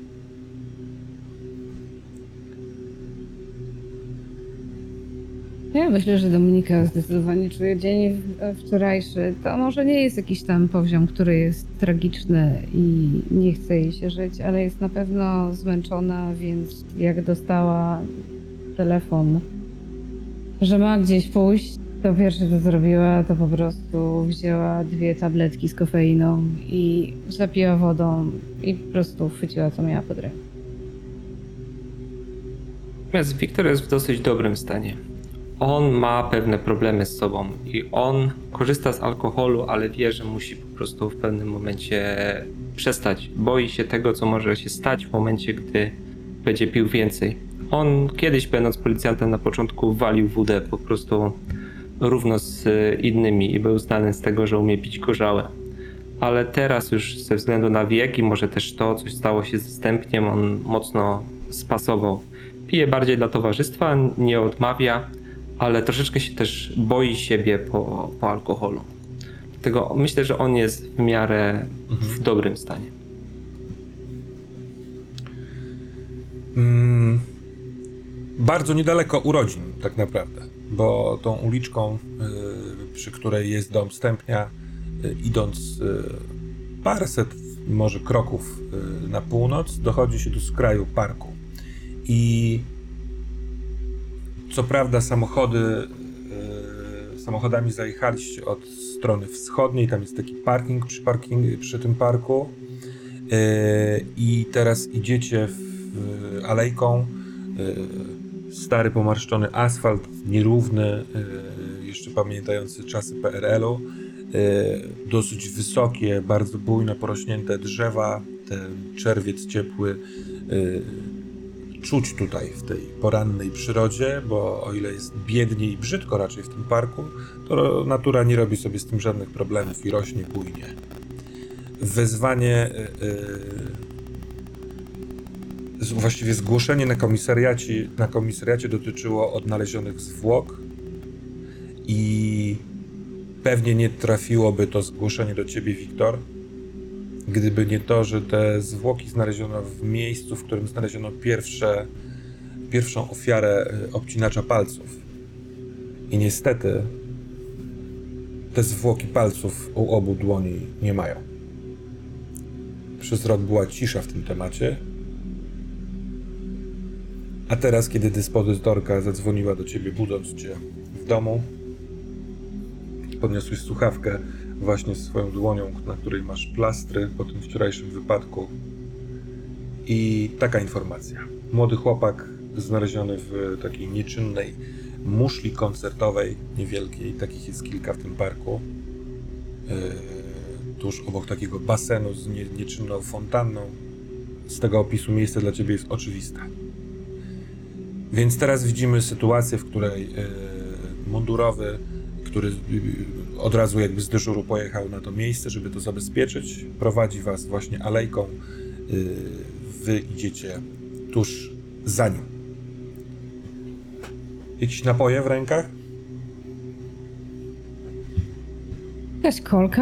Ja myślę, że Dominika zdecydowanie czuje dzień wczorajszy. To może nie jest jakiś tam poziom, który jest tragiczny i nie chce jej się żyć, ale jest na pewno zmęczona, więc jak dostała telefon, że ma gdzieś pójść, to pierwsze co zrobiła, to po prostu wzięła 2 tabletki z kofeiną i zapiła wodą i po prostu chwyciła co miała pod ręką. Natomiast Wiktor jest w dosyć dobrym stanie. On ma pewne problemy z sobą i on korzysta z alkoholu, ale wie, że musi po prostu w pewnym momencie przestać. Boi się tego, co może się stać w momencie, gdy będzie pił więcej. On kiedyś, będąc policjantem, na początku walił wódę po prostu równo z innymi i był znany z tego, że umie pić gorzałe. Ale teraz już ze względu na wiek i może też to, coś stało się ze stępniem, on mocno spasował. Pije bardziej dla towarzystwa, nie odmawia, ale troszeczkę się też boi siebie po alkoholu. Dlatego myślę, że on jest w miarę w dobrym stanie. Bardzo niedaleko urodzin tak naprawdę, bo tą uliczką, przy której jest dom Stępnia, idąc paręset może kroków na północ, dochodzi się do skraju parku. I co prawda samochodami zajechaliście od strony wschodniej, tam jest taki parking przy tym parku i teraz idziecie alejką, stary pomarszczony asfalt, nierówny, jeszcze pamiętający czasy PRL-u, dosyć wysokie, bardzo bujno porośnięte drzewa, ten czerwiec ciepły czuć tutaj w tej porannej przyrodzie, bo o ile jest biednie i brzydko raczej w tym parku, to natura nie robi sobie z tym żadnych problemów i rośnie bujnie. Wezwanie, właściwie zgłoszenie na komisariacie dotyczyło odnalezionych zwłok i pewnie nie trafiłoby to zgłoszenie do ciebie, Wiktor, gdyby nie to, że te zwłoki znaleziono w miejscu, w którym znaleziono pierwszą ofiarę obcinacza palców. I niestety te zwłoki palców u obu dłoni nie mają. Przez rok była cisza w tym temacie, a teraz, kiedy dyspozytorka zadzwoniła do ciebie, budząc cię w domu, podniosłeś słuchawkę właśnie swoją dłonią, na której masz plastry po tym wczorajszym wypadku. I taka informacja. Młody chłopak znaleziony w takiej nieczynnej muszli koncertowej, niewielkiej, takich jest kilka w tym parku, tuż obok takiego basenu z nieczynną fontanną. Z tego opisu miejsce dla ciebie jest oczywiste. Więc teraz widzimy sytuację, w której mundurowy, który od razu jakby z dyżuru pojechał na to miejsce, żeby to zabezpieczyć, prowadzi was właśnie alejką. Wy idziecie tuż za nim. Jakieś napoje w rękach? Jakaś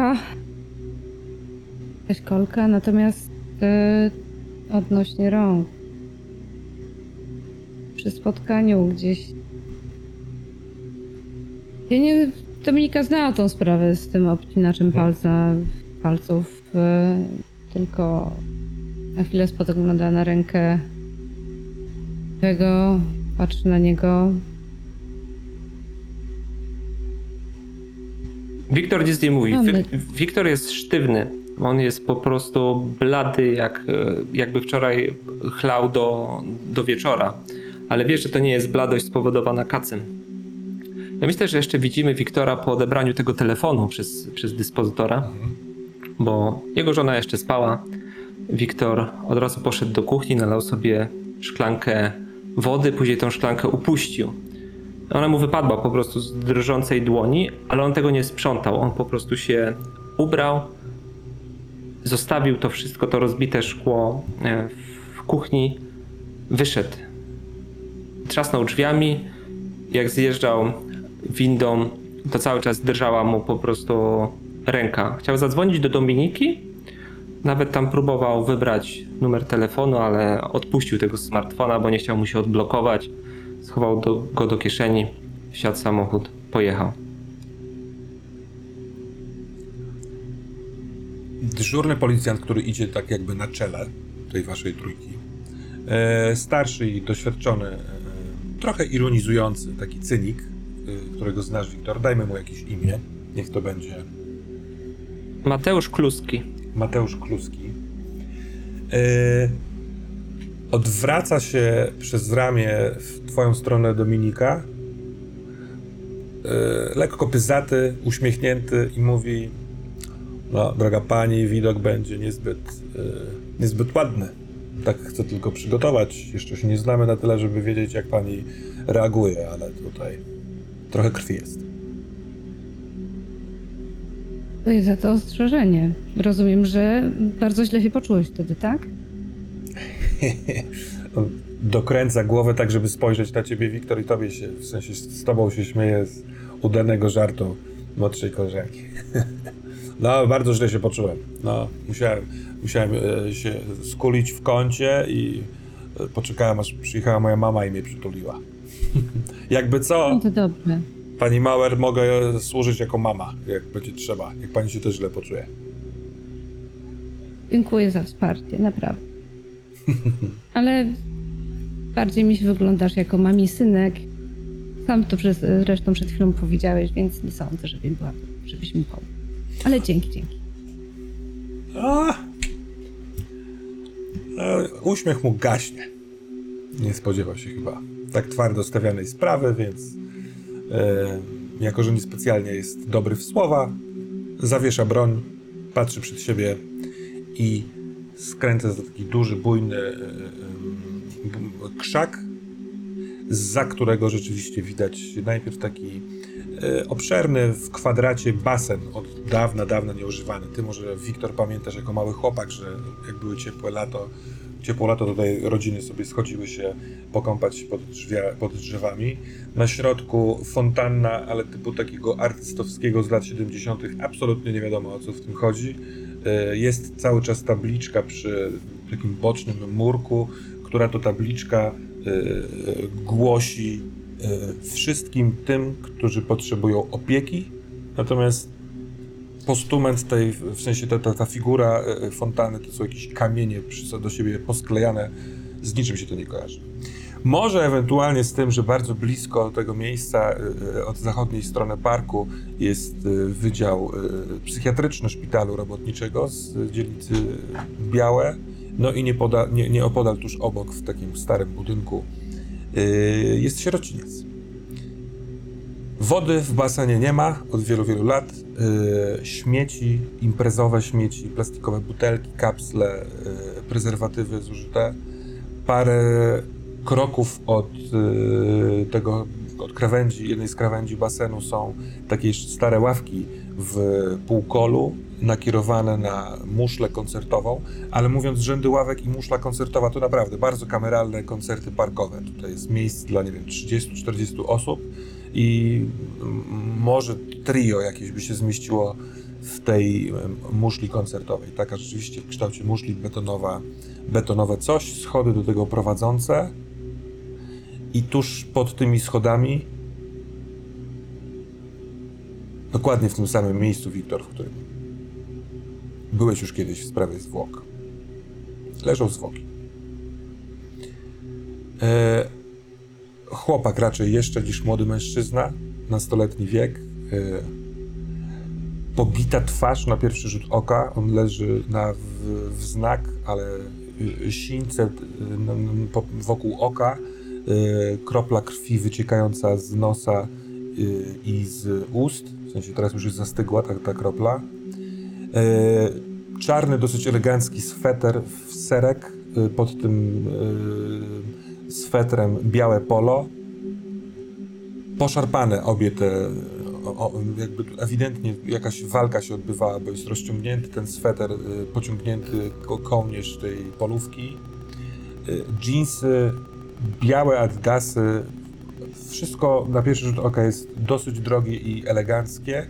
kolka, natomiast odnośnie rąk. Przy spotkaniu gdzieś... Dominika znała tą sprawę z tym obcinaczem palców, tylko na chwilę spogląda na rękę tego, patrzy na niego. Wiktor nic nie mówi. Wiktor jest sztywny. On jest po prostu blady, jakby wczoraj chlał do wieczora. Ale wie, że to nie jest bladość spowodowana kacem. Ja myślę, że jeszcze widzimy Wiktora po odebraniu tego telefonu przez dyspozytora. bo jego żona jeszcze spała. Wiktor od razu poszedł do kuchni, nalał sobie szklankę wody, później tą szklankę upuścił. Ona mu wypadła po prostu z drżącej dłoni, ale on tego nie sprzątał. On po prostu się ubrał, zostawił to wszystko, to rozbite szkło w kuchni, wyszedł. Trzasnął drzwiami, jak zjeżdżał windą, to cały czas drżała mu po prostu ręka. Chciał zadzwonić do Dominiki, nawet tam próbował wybrać numer telefonu, ale odpuścił tego smartfona, bo nie chciał mu się odblokować. Schował go do kieszeni, wsiadł w samochód, pojechał. Dyżurny policjant, który idzie tak jakby na czele tej waszej trójki. Starszy i doświadczony, trochę ironizujący, taki cynik, którego znasz, Wiktor. Dajmy mu jakieś imię. Niech to będzie Mateusz Kluski. Mateusz Kluski. Odwraca się przez ramię w twoją stronę Dominika. Lekko pyzaty, uśmiechnięty i mówi: no, droga pani, widok będzie niezbyt ładny. Tak chcę tylko przygotować. Jeszcze się nie znamy na tyle, żeby wiedzieć, jak pani reaguje, ale tutaj trochę krwi jest. To jest za to ostrzeżenie. Rozumiem, że bardzo źle się poczułeś wtedy, tak? On dokręca głowę tak, żeby spojrzeć na ciebie, Wiktor, i tobie się, w sensie z tobą się śmieje z udanego żartu młodszej koleżanki. No, bardzo źle się poczułem. No, musiałem się skulić w kącie i poczekałem, aż przyjechała moja mama i mnie przytuliła. Jakby co, No to dobrze. pani Mauer, mogę służyć jako mama, jak będzie trzeba, jak pani się też źle poczuje. Dziękuję za wsparcie, naprawdę. Ale bardziej mi się wyglądasz jako mami synek. Sam to zresztą przed chwilą powiedziałeś, więc nie sądzę, żebyś mi pomógł. Ale dzięki. Uśmiech mu gaśnie. Nie spodziewał się chyba tak twardo stawianej sprawy, więc jako, że niespecjalnie jest dobry w słowa, zawiesza broń, patrzy przed siebie i skręca za taki duży, bujny krzak, zza którego rzeczywiście widać najpierw taki obszerny w kwadracie basen, od dawna nieużywany. Ty może, Wiktor, pamiętasz jako mały chłopak, że jak były ciepłe lato, tutaj rodziny sobie schodziły się pokąpać pod drzewami. Na środku fontanna, ale typu takiego artystowskiego z lat 70. Absolutnie nie wiadomo, o co w tym chodzi. Jest cały czas tabliczka przy takim bocznym murku, która to tabliczka głosi wszystkim tym, którzy potrzebują opieki. Natomiast postument tej, w sensie ta figura fontanny, to są jakieś kamienie do siebie posklejane, z niczym się to nie kojarzy. Może ewentualnie z tym, że bardzo blisko tego miejsca, od zachodniej strony parku, jest wydział psychiatryczny szpitalu robotniczego z dzielnicy Białe, no i nieopodal, tuż obok, w takim starym budynku, jest sierociniec. Wody w basenie nie ma od wielu lat. Śmieci, imprezowe śmieci, plastikowe butelki, kapsle, prezerwatywy zużyte. Parę kroków od krawędzi, jednej z krawędzi basenu są takie stare ławki w półkolu, nakierowane na muszlę koncertową, ale mówiąc rzędy ławek i muszla koncertowa, to naprawdę bardzo kameralne koncerty parkowe. Tutaj jest miejsc dla, nie wiem, 30-40 osób i może trio jakieś by się zmieściło w tej muszli koncertowej. Taka rzeczywiście w kształcie muszli, betonowe coś, schody do tego prowadzące i tuż pod tymi schodami, dokładnie w tym samym miejscu, Wiktor, w którym byłeś już kiedyś w sprawie zwłok, leżą zwłoki. Chłopak raczej jeszcze niż młody mężczyzna, nastoletni wiek, pobita twarz na pierwszy rzut oka, on leży na wznak, ale sińce wokół oka, kropla krwi wyciekająca z nosa i z ust, w sensie teraz już jest zastygła ta kropla. Czarny, dosyć elegancki sweter w serek, pod tym swetrem białe polo. Poszarpane obie te, jakby tu ewidentnie jakaś walka się odbywała, bo jest rozciągnięty ten sweter, pociągnięty kołnierz tej polówki. Dżinsy, białe adidasy, wszystko na pierwszy rzut oka jest dosyć drogie i eleganckie.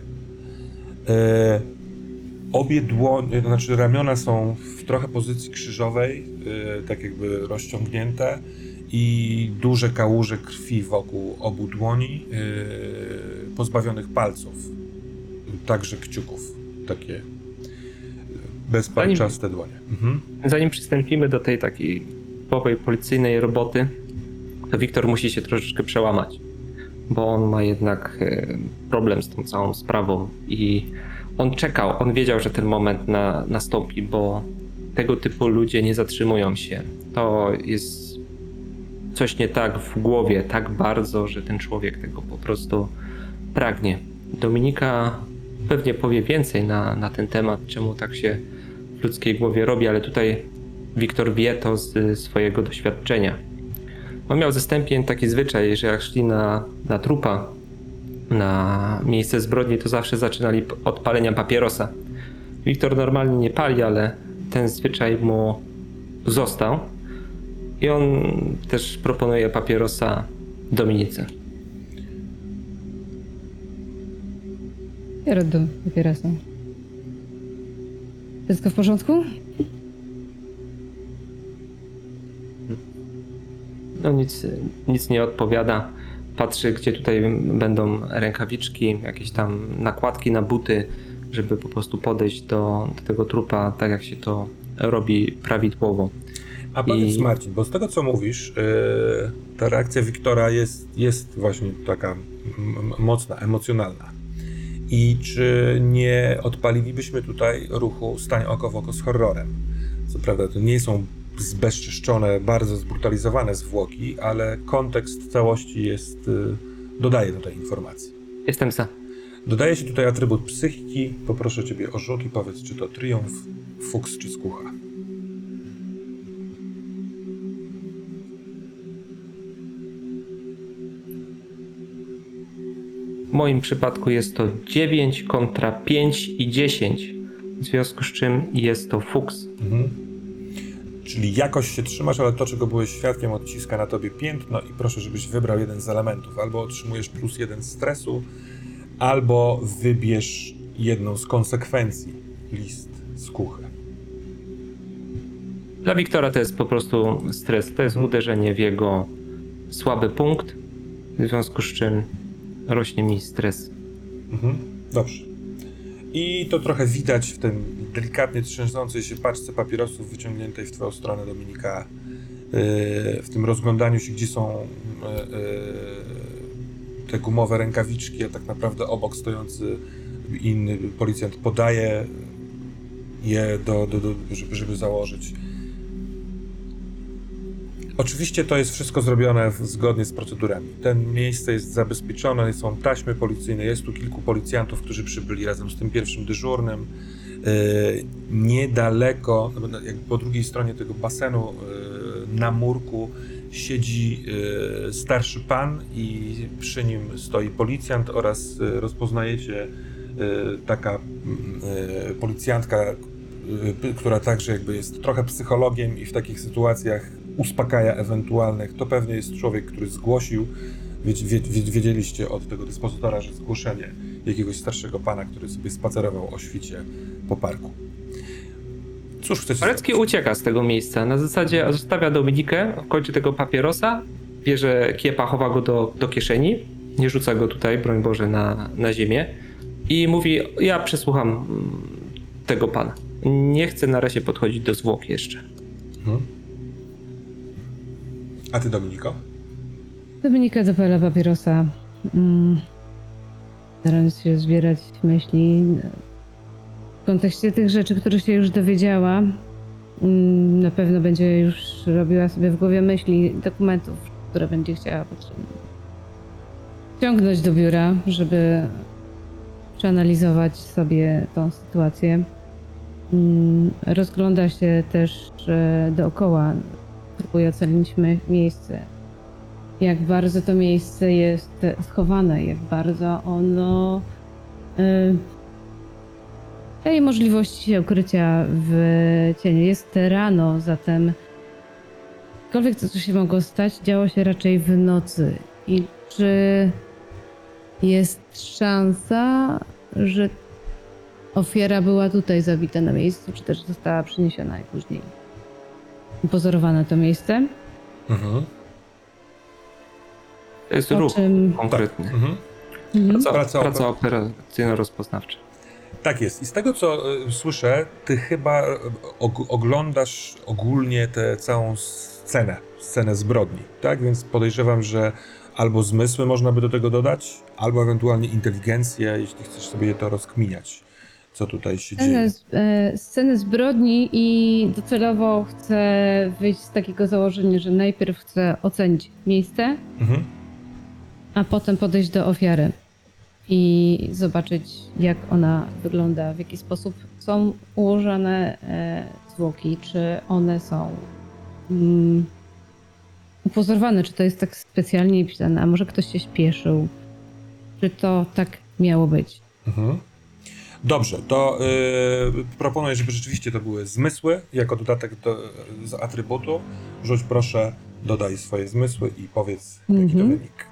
Obie dłonie, to znaczy ramiona są w trochę pozycji krzyżowej, tak jakby rozciągnięte i duże kałuże krwi wokół obu dłoni, pozbawionych palców, także kciuków, takie bezpalczaste dłonie. Zanim przystąpimy do tej takiej typowej policyjnej roboty, to Wiktor musi się troszeczkę przełamać, bo on ma jednak problem z tą całą sprawą i on czekał, on wiedział, że ten moment nastąpi, bo tego typu ludzie nie zatrzymują się. To jest coś nie tak w głowie, tak bardzo, że ten człowiek tego po prostu pragnie. Dominika pewnie powie więcej na ten temat, czemu tak się w ludzkiej głowie robi, ale tutaj Wiktor wie to z swojego doświadczenia. On miał ze Stępień taki zwyczaj, że jak szli na trupa, na miejsce zbrodni, to zawsze zaczynali od palenia papierosa. Wiktor normalnie nie pali, ale ten zwyczaj mu został i on też proponuje papierosa Dominice. Biorę do papierosa. Wszystko w porządku? No nic nie odpowiada. Patrzy, gdzie tutaj będą rękawiczki, jakieś tam nakładki na buty, żeby po prostu podejść do tego trupa, tak jak się to robi prawidłowo. A powiedz Marcin, bo z tego co mówisz, ta reakcja Wiktora jest właśnie taka mocna, emocjonalna. I czy nie odpalilibyśmy tutaj ruchu stań oko w oko z horrorem? Co prawda to nie są zbezczyszczone, bardzo zbrutalizowane zwłoki, ale kontekst całości dodaje do tej informacji. Jestem za. Dodaje się tutaj atrybut psychiki. Poproszę Ciebie o rzut i powiedz, czy to triumf, fuks czy skucha. W moim przypadku jest to 9 kontra 5 i 10, w związku z czym jest to fuks. Czyli jakoś się trzymasz, ale to, czego byłeś świadkiem, odciska na tobie piętno i proszę, żebyś wybrał jeden z elementów. Albo otrzymujesz +1 stresu, albo wybierz jedną z konsekwencji, list skuchy. Dla Wiktora to jest po prostu stres, to jest uderzenie w jego słaby punkt, w związku z czym rośnie mi stres. Dobrze. I to trochę widać w tym delikatnie trzęsącej się paczce papierosów wyciągniętej w twoją stronę, Dominika, w tym rozglądaniu się, gdzie są te gumowe rękawiczki, a tak naprawdę obok stojący inny policjant podaje je, żeby założyć. Oczywiście to jest wszystko zrobione zgodnie z procedurami. Ten miejsce jest zabezpieczone, są taśmy policyjne, jest tu kilku policjantów, którzy przybyli razem z tym pierwszym dyżurnym. Niedaleko, jakby po drugiej stronie tego basenu, na murku siedzi starszy pan i przy nim stoi policjant oraz rozpoznajecie taka policjantka, która także jakby jest trochę psychologiem i w takich sytuacjach uspokaja ewentualnych. To pewnie jest człowiek, który zgłosił, wiedzieliście od tego dyspozytora, że zgłoszenie jakiegoś starszego pana, który sobie spacerował o świcie po parku. Cóż chcecie Morecki ucieka z tego miejsca. Na zasadzie zostawia Dominikę, kończy tego papierosa, bierze kiepa, chowa go do kieszeni, nie rzuca go tutaj, broń Boże, na ziemię i mówi: ja przesłucham tego pana. Nie chcę na razie podchodzić do zwłok jeszcze. A ty, Dominiko? Dominika zapala papierosa. Starając się zbierać myśli w kontekście tych rzeczy, które się już dowiedziała. Na pewno będzie już robiła sobie w głowie myśli dokumentów, które będzie chciała ciągnąć do biura, żeby przeanalizować sobie tą sytuację. Rozgląda się też dookoła, próbuje ocenić miejsce. Jak bardzo to miejsce jest schowane, jak bardzo ono daje możliwości ukrycia w cieniu. Jest rano, zatem cokolwiek co się mogło stać, działo się raczej w nocy. I czy jest szansa, że ofiara była tutaj zabita na miejscu, czy też została przeniesiona i później upozorowane to miejsce? Mhm. To jest O ruch czym- konkretny. Mhm. Praca operacyjno-rozpoznawcza. Tak jest. I z tego, co słyszę, ty chyba oglądasz ogólnie tę całą scenę zbrodni, tak? Więc podejrzewam, że albo zmysły można by do tego dodać, albo ewentualnie inteligencję, jeśli chcesz sobie to rozkminiać, co tutaj się dzieje. Sceny zbrodni i docelowo chcę wyjść z takiego założenia, że najpierw chcę ocenić miejsce, Mhm. a potem podejść do ofiary i zobaczyć, jak ona wygląda, w jaki sposób są ułożone zwłoki, czy one są upozorowane, czy to jest tak specjalnie pisane, a może ktoś się śpieszył, czy to tak miało być. Mhm. Dobrze, to proponuję, żeby rzeczywiście to były zmysły, jako dodatek z atrybutu. Rzuć proszę, dodaj swoje zmysły i powiedz, jaki to wynik.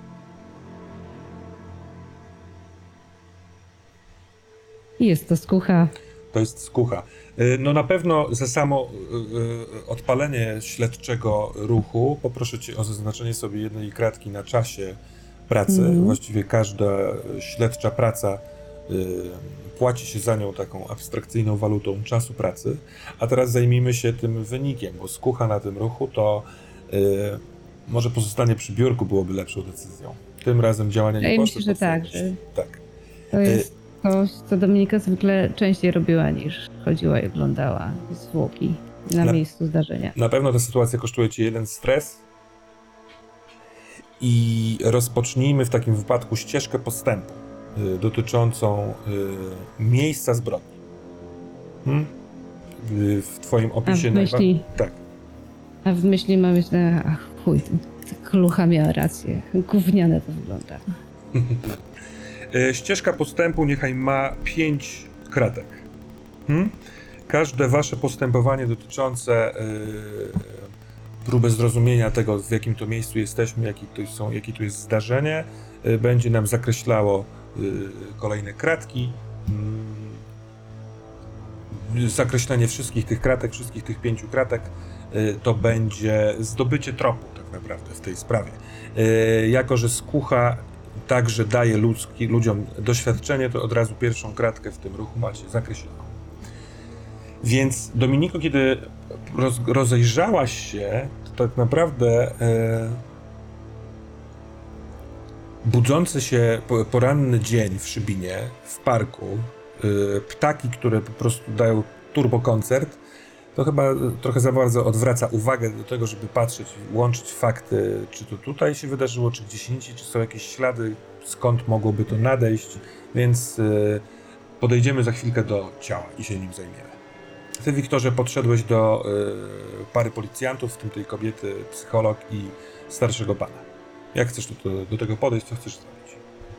I jest to skucha. To jest skucha. No na pewno za samo odpalenie śledczego ruchu poproszę cię o zaznaczenie sobie jednej kratki na czasie pracy. Właściwie każda śledcza praca płaci się za nią taką abstrakcyjną walutą czasu pracy. A teraz zajmijmy się tym wynikiem, bo skucha na tym ruchu to może pozostanie przy biurku byłoby lepszą decyzją. Tym razem działania nie Wydaje mi poszły. się, że tak, że Tak. to jest coś, co Dominika zwykle częściej robiła niż chodziła i oglądała zwłoki na miejscu zdarzenia. Na pewno ta sytuacja kosztuje ci jeden stres i rozpocznijmy w takim wypadku ścieżkę postępu dotyczącą miejsca zbrodni. W twoim opisie... Tak. A w myśli mamy, że ach chuj, ta klucha miała rację, gówniane to wygląda. Ścieżka postępu niechaj ma 5 kratek. Każde wasze postępowanie dotyczące próby zrozumienia tego, w jakim to miejscu jesteśmy, jakie tu jest zdarzenie, będzie nam zakreślało kolejne kratki. Zakreślenie wszystkich tych kratek, wszystkich tych 5 kratek, to będzie zdobycie tropu tak naprawdę w tej sprawie. Jako że skucha także daje ludziom doświadczenie, to od razu pierwszą kratkę w tym ruchu macie zakreśloną. Więc Dominiko, kiedy rozejrzałaś się, to tak naprawdę budzący się poranny dzień w Szybinie, w parku, ptaki, które po prostu dają turbokoncert, to chyba trochę za bardzo odwraca uwagę do tego, żeby patrzeć, łączyć fakty, czy to tutaj się wydarzyło, czy gdzieś indziej, czy są jakieś ślady, skąd mogłoby to nadejść, więc podejdziemy za chwilkę do ciała i się nim zajmiemy. Ty, Wiktorze, podszedłeś do pary policjantów, w tym tej kobiety, psycholog i starszego pana. Jak chcesz do tego podejść, co chcesz zrobić?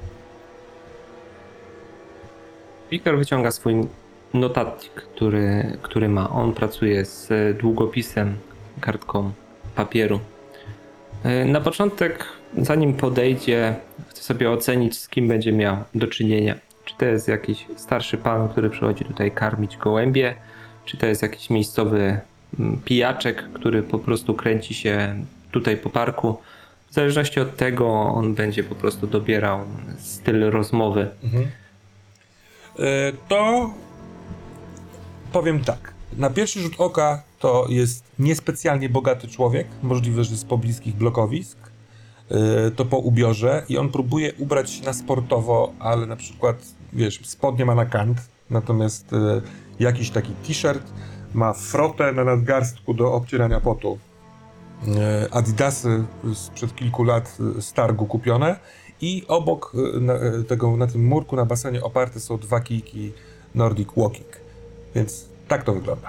Wiktor wyciąga swój notatnik, który ma. On pracuje z długopisem, kartką papieru. Na początek, zanim podejdzie, chce sobie ocenić, z kim będzie miał do czynienia. Czy to jest jakiś starszy pan, który przychodzi tutaj karmić gołębie, czy to jest jakiś miejscowy pijaczek, który po prostu kręci się tutaj po parku. W zależności od tego on będzie po prostu dobierał styl rozmowy. To powiem tak. Na pierwszy rzut oka to jest niespecjalnie bogaty człowiek, możliwe, że z pobliskich blokowisk. To po ubiorze i on próbuje ubrać się na sportowo, ale na przykład, wiesz, spodnie ma na kant, natomiast jakiś taki t-shirt, ma frotę na nadgarstku do obcierania potu. Adidasy sprzed kilku lat z targu kupione i obok na tym murku na basenie oparte są 2 kijki Nordic Walking. Więc Tak to wygląda.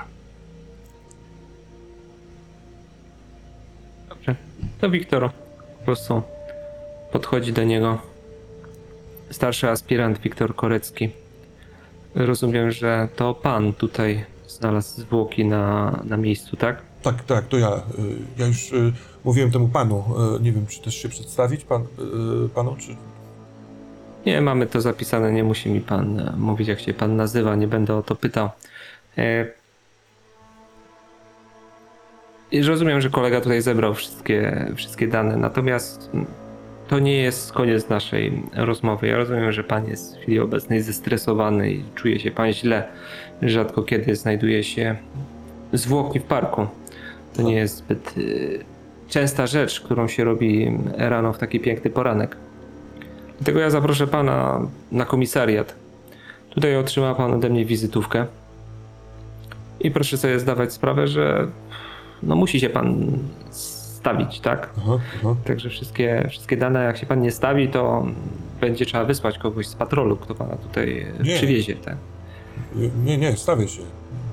Dobrze. To Wiktor po prostu podchodzi do niego. Starszy aspirant Wiktor Korecki. Rozumiem, że to pan tutaj znalazł zwłoki na miejscu, tak? Tak, to ja. Ja już mówiłem temu panu. Nie wiem, czy też się przedstawić panu, czy... Nie, mamy to zapisane, nie musi mi pan mówić, jak się pan nazywa, nie będę o to pytał. I rozumiem, że kolega tutaj zebrał wszystkie dane, natomiast to nie jest koniec naszej rozmowy. Ja rozumiem, że pan jest w chwili obecnej zestresowany i czuje się pan źle. Rzadko kiedy znajduje się zwłoki w parku. To nie jest zbyt częsta rzecz, którą się robi rano w taki piękny poranek. Dlatego ja zaproszę pana na komisariat. Tutaj otrzyma pan ode mnie wizytówkę. I proszę sobie zdawać sprawę, że no musi się pan stawić, tak? Aha. Także wszystkie dane, jak się pan nie stawi, to będzie trzeba wysłać kogoś z patrolu, kto pana tutaj przywiezie. Tak? Nie, stawię się.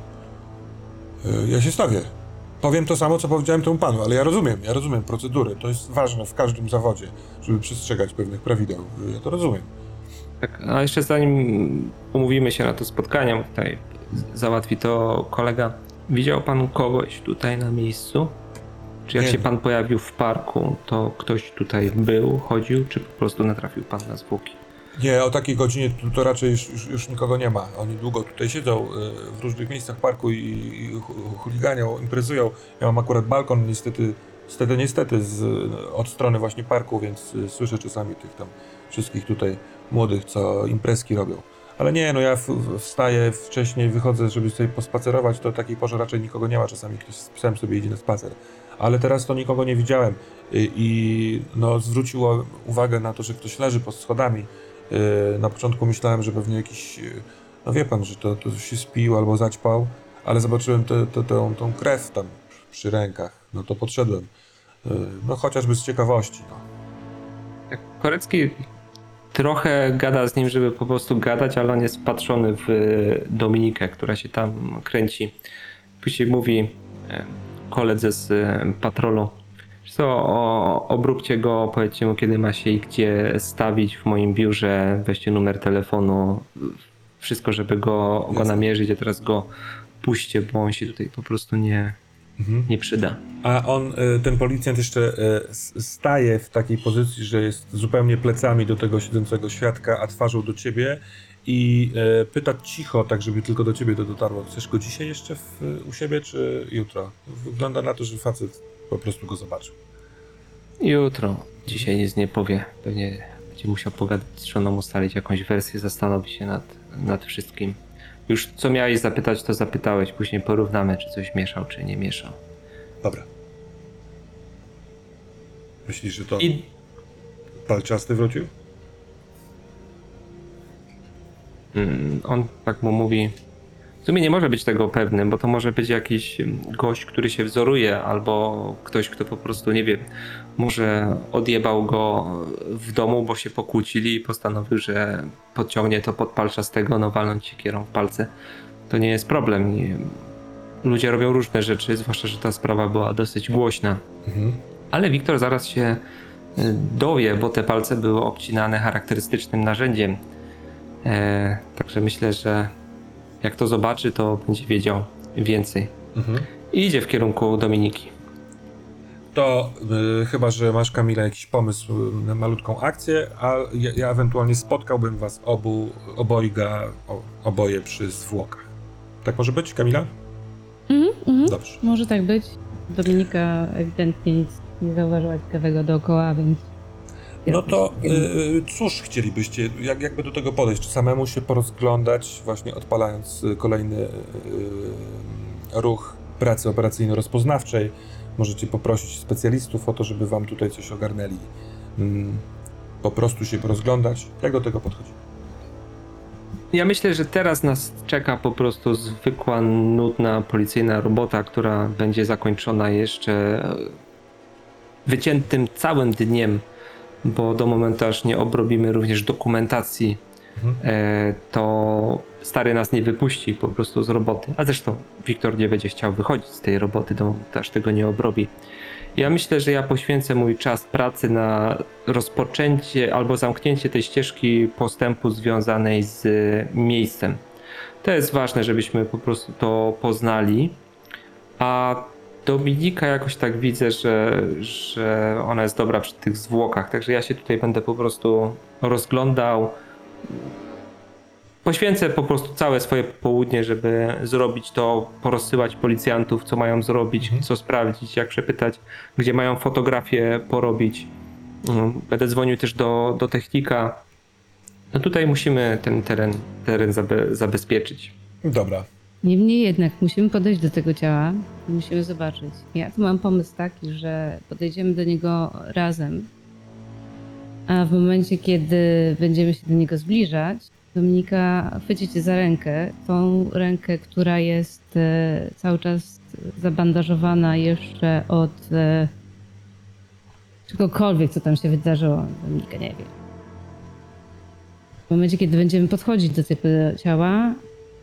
Ja się stawię. Powiem to samo, co powiedziałem temu panu, ale ja rozumiem procedury. To jest ważne w każdym zawodzie, żeby przestrzegać pewnych prawideł. Ja to rozumiem. Tak, a jeszcze zanim umówimy się na to spotkanie, tutaj załatwi to kolega. Widział pan kogoś tutaj na miejscu? Czy jak Nie. się pan pojawił w parku, to ktoś tutaj był, chodził, czy po prostu natrafił pan na zwłoki? Nie, o takiej godzinie to raczej już nikogo nie ma. Oni długo tutaj siedzą w różnych miejscach parku i chuliganią, imprezują. Ja mam akurat balkon niestety od strony właśnie parku, więc słyszę czasami tych tam wszystkich tutaj młodych, co imprezki robią. Ale nie, no ja wstaję wcześniej, wychodzę, żeby sobie pospacerować, to o takiej porze raczej nikogo nie ma. Czasami ktoś z psem sobie idzie na spacer. Ale teraz to nikogo nie widziałem i no, zwróciło uwagę na to, że ktoś leży pod schodami. Na początku myślałem, że pewnie jakiś, no wie pan, że to się spił albo zaćpał, ale zobaczyłem tą krew tam przy rękach, no to podszedłem, no chociażby z ciekawości. No. Tak, Korecki trochę gada z nim, żeby po prostu gadać, ale on jest wpatrzony w Dominikę, która się tam kręci. Później mówi koledze z patrolu: obróbcie go, powiedzcie mu, kiedy ma się i gdzie stawić w moim biurze, weźcie numer telefonu, wszystko, żeby go namierzyć, a teraz go puśćcie, bo on się tutaj po prostu nie przyda. A ten policjant jeszcze staje w takiej pozycji, że jest zupełnie plecami do tego siedzącego świadka, a twarzą do ciebie i pyta cicho, tak żeby tylko do ciebie to dotarło. Chcesz go dzisiaj jeszcze u siebie, czy jutro? Wygląda na to, że facet po prostu go zobaczył. Jutro. Dzisiaj nic nie powie. Pewnie będzie musiał pogadać z żoną, ustalić jakąś wersję, zastanowi się nad wszystkim. Już co miałeś zapytać, to zapytałeś. Później porównamy, czy coś mieszał, czy nie mieszał. Dobra. Myślisz, że to I palczasty wrócił? on tak mu mówi: w sumie nie może być tego pewnym, bo to może być jakiś gość, który się wzoruje, albo ktoś, kto po prostu, nie wiem, może odjebał go w domu, bo się pokłócili i postanowił, że podciągnie to pod palczastego, no walnąć siekierą w palce. To nie jest problem. I ludzie robią różne rzeczy, zwłaszcza, że ta sprawa była dosyć głośna. Ale Wiktor zaraz się dowie, bo te palce były obcinane charakterystycznym narzędziem. Także myślę, że jak to zobaczy, to będzie wiedział więcej. I idzie w kierunku Dominiki. To chyba, że masz, Kamila, jakiś pomysł na malutką akcję, a ja ewentualnie spotkałbym was oboje przy zwłokach. Tak może być, Kamila? Dobrze. Może tak być. Dominika ewidentnie nic nie zauważyła ciekawego dookoła, więc... No to cóż chcielibyście, jakby do tego podejść? Czy samemu się porozglądać, właśnie odpalając kolejny ruch pracy operacyjno-rozpoznawczej? Możecie poprosić specjalistów o to, żeby wam tutaj coś ogarnęli. Po prostu się porozglądać. Jak do tego podchodzi? Ja myślę, że teraz nas czeka po prostu zwykła, nudna policyjna robota, która będzie zakończona jeszcze wyciętym całym dniem, bo do momentu, aż nie obrobimy również dokumentacji, to stary nas nie wypuści po prostu z roboty. A zresztą Wiktor nie będzie chciał wychodzić z tej roboty, to aż tego nie obrobi. Ja myślę, że ja poświęcę mój czas pracy na rozpoczęcie albo zamknięcie tej ścieżki postępu związanej z miejscem. To jest ważne, żebyśmy po prostu to poznali. A Dominika jakoś tak widzę, że ona jest dobra przy tych zwłokach, także ja się tutaj będę po prostu rozglądał. Poświęcę po prostu całe swoje południe, żeby zrobić to, porozsyłać policjantów, co mają zrobić, co sprawdzić, jak przepytać, gdzie mają fotografię porobić. Będę dzwonił też do technika. No tutaj musimy ten teren zabezpieczyć. Dobra. Niemniej jednak musimy podejść do tego ciała i musimy zobaczyć. Ja tu mam pomysł taki, że podejdziemy do niego razem, a w momencie, kiedy będziemy się do niego zbliżać, Dominika chwyci cię za rękę, tą rękę, która jest cały czas zabandażowana jeszcze od czegokolwiek, co tam się wydarzyło. Dominika nie wie. W momencie, kiedy będziemy podchodzić do tego ciała,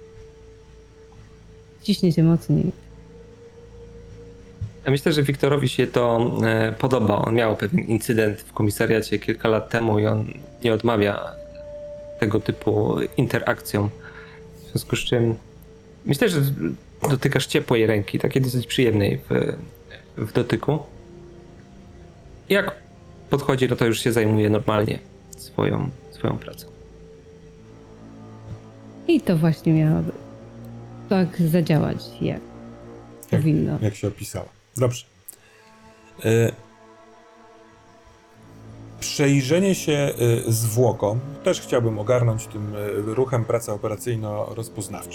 ciśnie cię mocniej. Ja myślę, że Wiktorowi się to podoba. On miał pewien incydent w komisariacie kilka lat temu i on nie odmawia tego typu interakcjom. W związku z czym myślę, że dotykasz ciepłej ręki, takiej dosyć przyjemnej w dotyku. Jak podchodzi, no to już się zajmuje normalnie swoją pracą. I to właśnie miałoby tak zadziałać, jak powinno. Jak się opisała. Dobrze. Przejrzenie się zwłokom też chciałbym ogarnąć tym ruchem praca operacyjno-rozpoznawcza.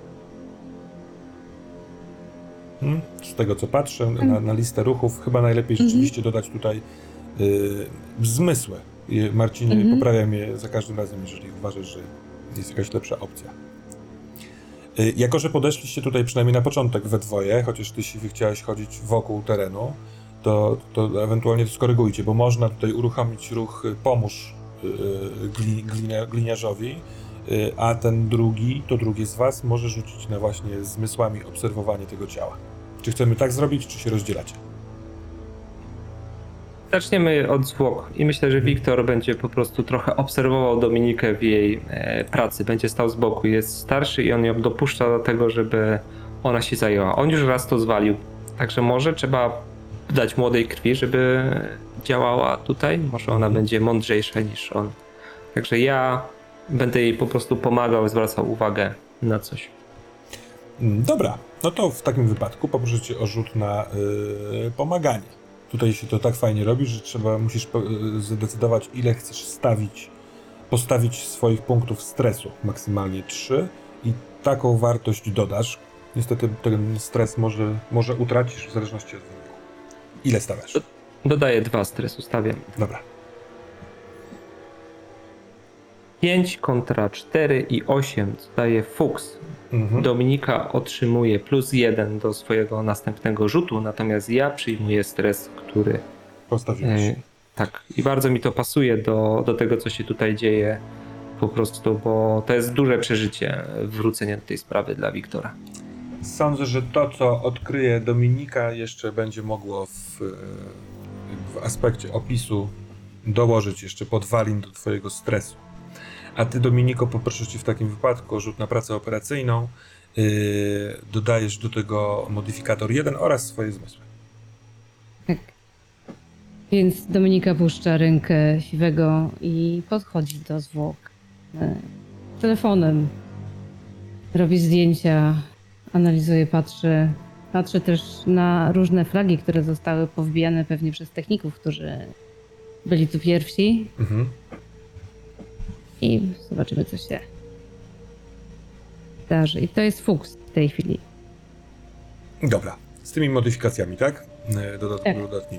Z tego co patrzę na listę ruchów, chyba najlepiej rzeczywiście dodać tutaj zmysły. Marcinie, poprawiam je za każdym razem, jeżeli uważasz, że jest jakaś lepsza opcja. Jako że podeszliście tutaj przynajmniej na początek we dwoje, chociaż ty Siwy chciałeś chodzić wokół terenu, to ewentualnie to skorygujcie, bo można tutaj uruchomić ruch pomóż gliniarzowi, a ten drugi z was może rzucić na właśnie zmysłami obserwowanie tego ciała. Czy chcemy tak zrobić, czy się rozdzielacie? Zaczniemy od zwłok i myślę, że Wiktor będzie po prostu trochę obserwował Dominikę w jej pracy. Będzie stał z boku, jest starszy i on ją dopuszcza do tego, żeby ona się zajęła. On już raz to zwalił, także może trzeba dać młodej krwi, żeby działała tutaj. Może ona będzie mądrzejsza niż on. Także ja będę jej po prostu pomagał, zwracał uwagę na coś. Dobra, no to w takim wypadku poproszę cię o rzut na pomaganie. Tutaj się to tak fajnie robi, że musisz zdecydować, ile chcesz postawić swoich punktów stresu. Maksymalnie 3 i taką wartość dodasz. Niestety ten stres może utracisz w zależności od wyniku. Ile stawiasz? Dodaję 2 stresu, stawiam. Dobra. 5 kontra 4 i 8 daje fuks. Dominika otrzymuje +1 do swojego następnego rzutu, natomiast ja przyjmuję stres, który... Postawiłeś. Tak, i bardzo mi to pasuje do tego, co się tutaj dzieje po prostu, bo to jest duże przeżycie wrócenia do tej sprawy dla Wiktora. Sądzę, że to, co odkryje Dominika, jeszcze będzie mogło w aspekcie opisu dołożyć jeszcze podwalin do twojego stresu. A ty, Dominiko, poproszę cię w takim wypadku o rzut na pracę operacyjną. Dodajesz do tego modyfikator 1 oraz swoje zmysły. Tak. Więc Dominika puszcza rękę Siwego i podchodzi do zwłok. Telefonem robi zdjęcia, analizuje, patrzy. Patrzy też na różne flagi, które zostały powbijane pewnie przez techników, którzy byli tu pierwsi. I zobaczymy, co się wydarzy. I to jest fuks w tej chwili. Dobra, z tymi modyfikacjami, tak? Dodatnimi.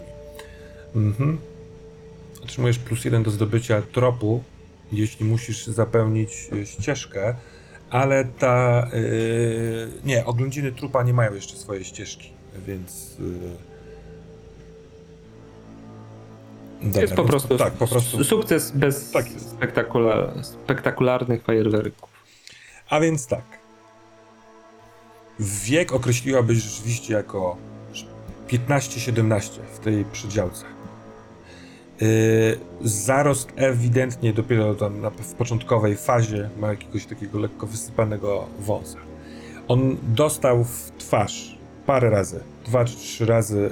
Otrzymujesz +1 do zdobycia tropu, jeśli musisz zapełnić ścieżkę, ale nie, oględziny trupa nie mają jeszcze swojej ścieżki, więc... Dobra, jest po prostu, tak, po prostu sukces bez tak jest. spektakularnych fajerwerków. A więc tak. Wiek określiłabyś rzeczywiście jako 15-17 w tej przedziałce. Zarost ewidentnie dopiero tam w początkowej fazie ma jakiegoś takiego lekko wysypanego wąsa. On dostał w twarz parę razy, 2 czy 3 razy.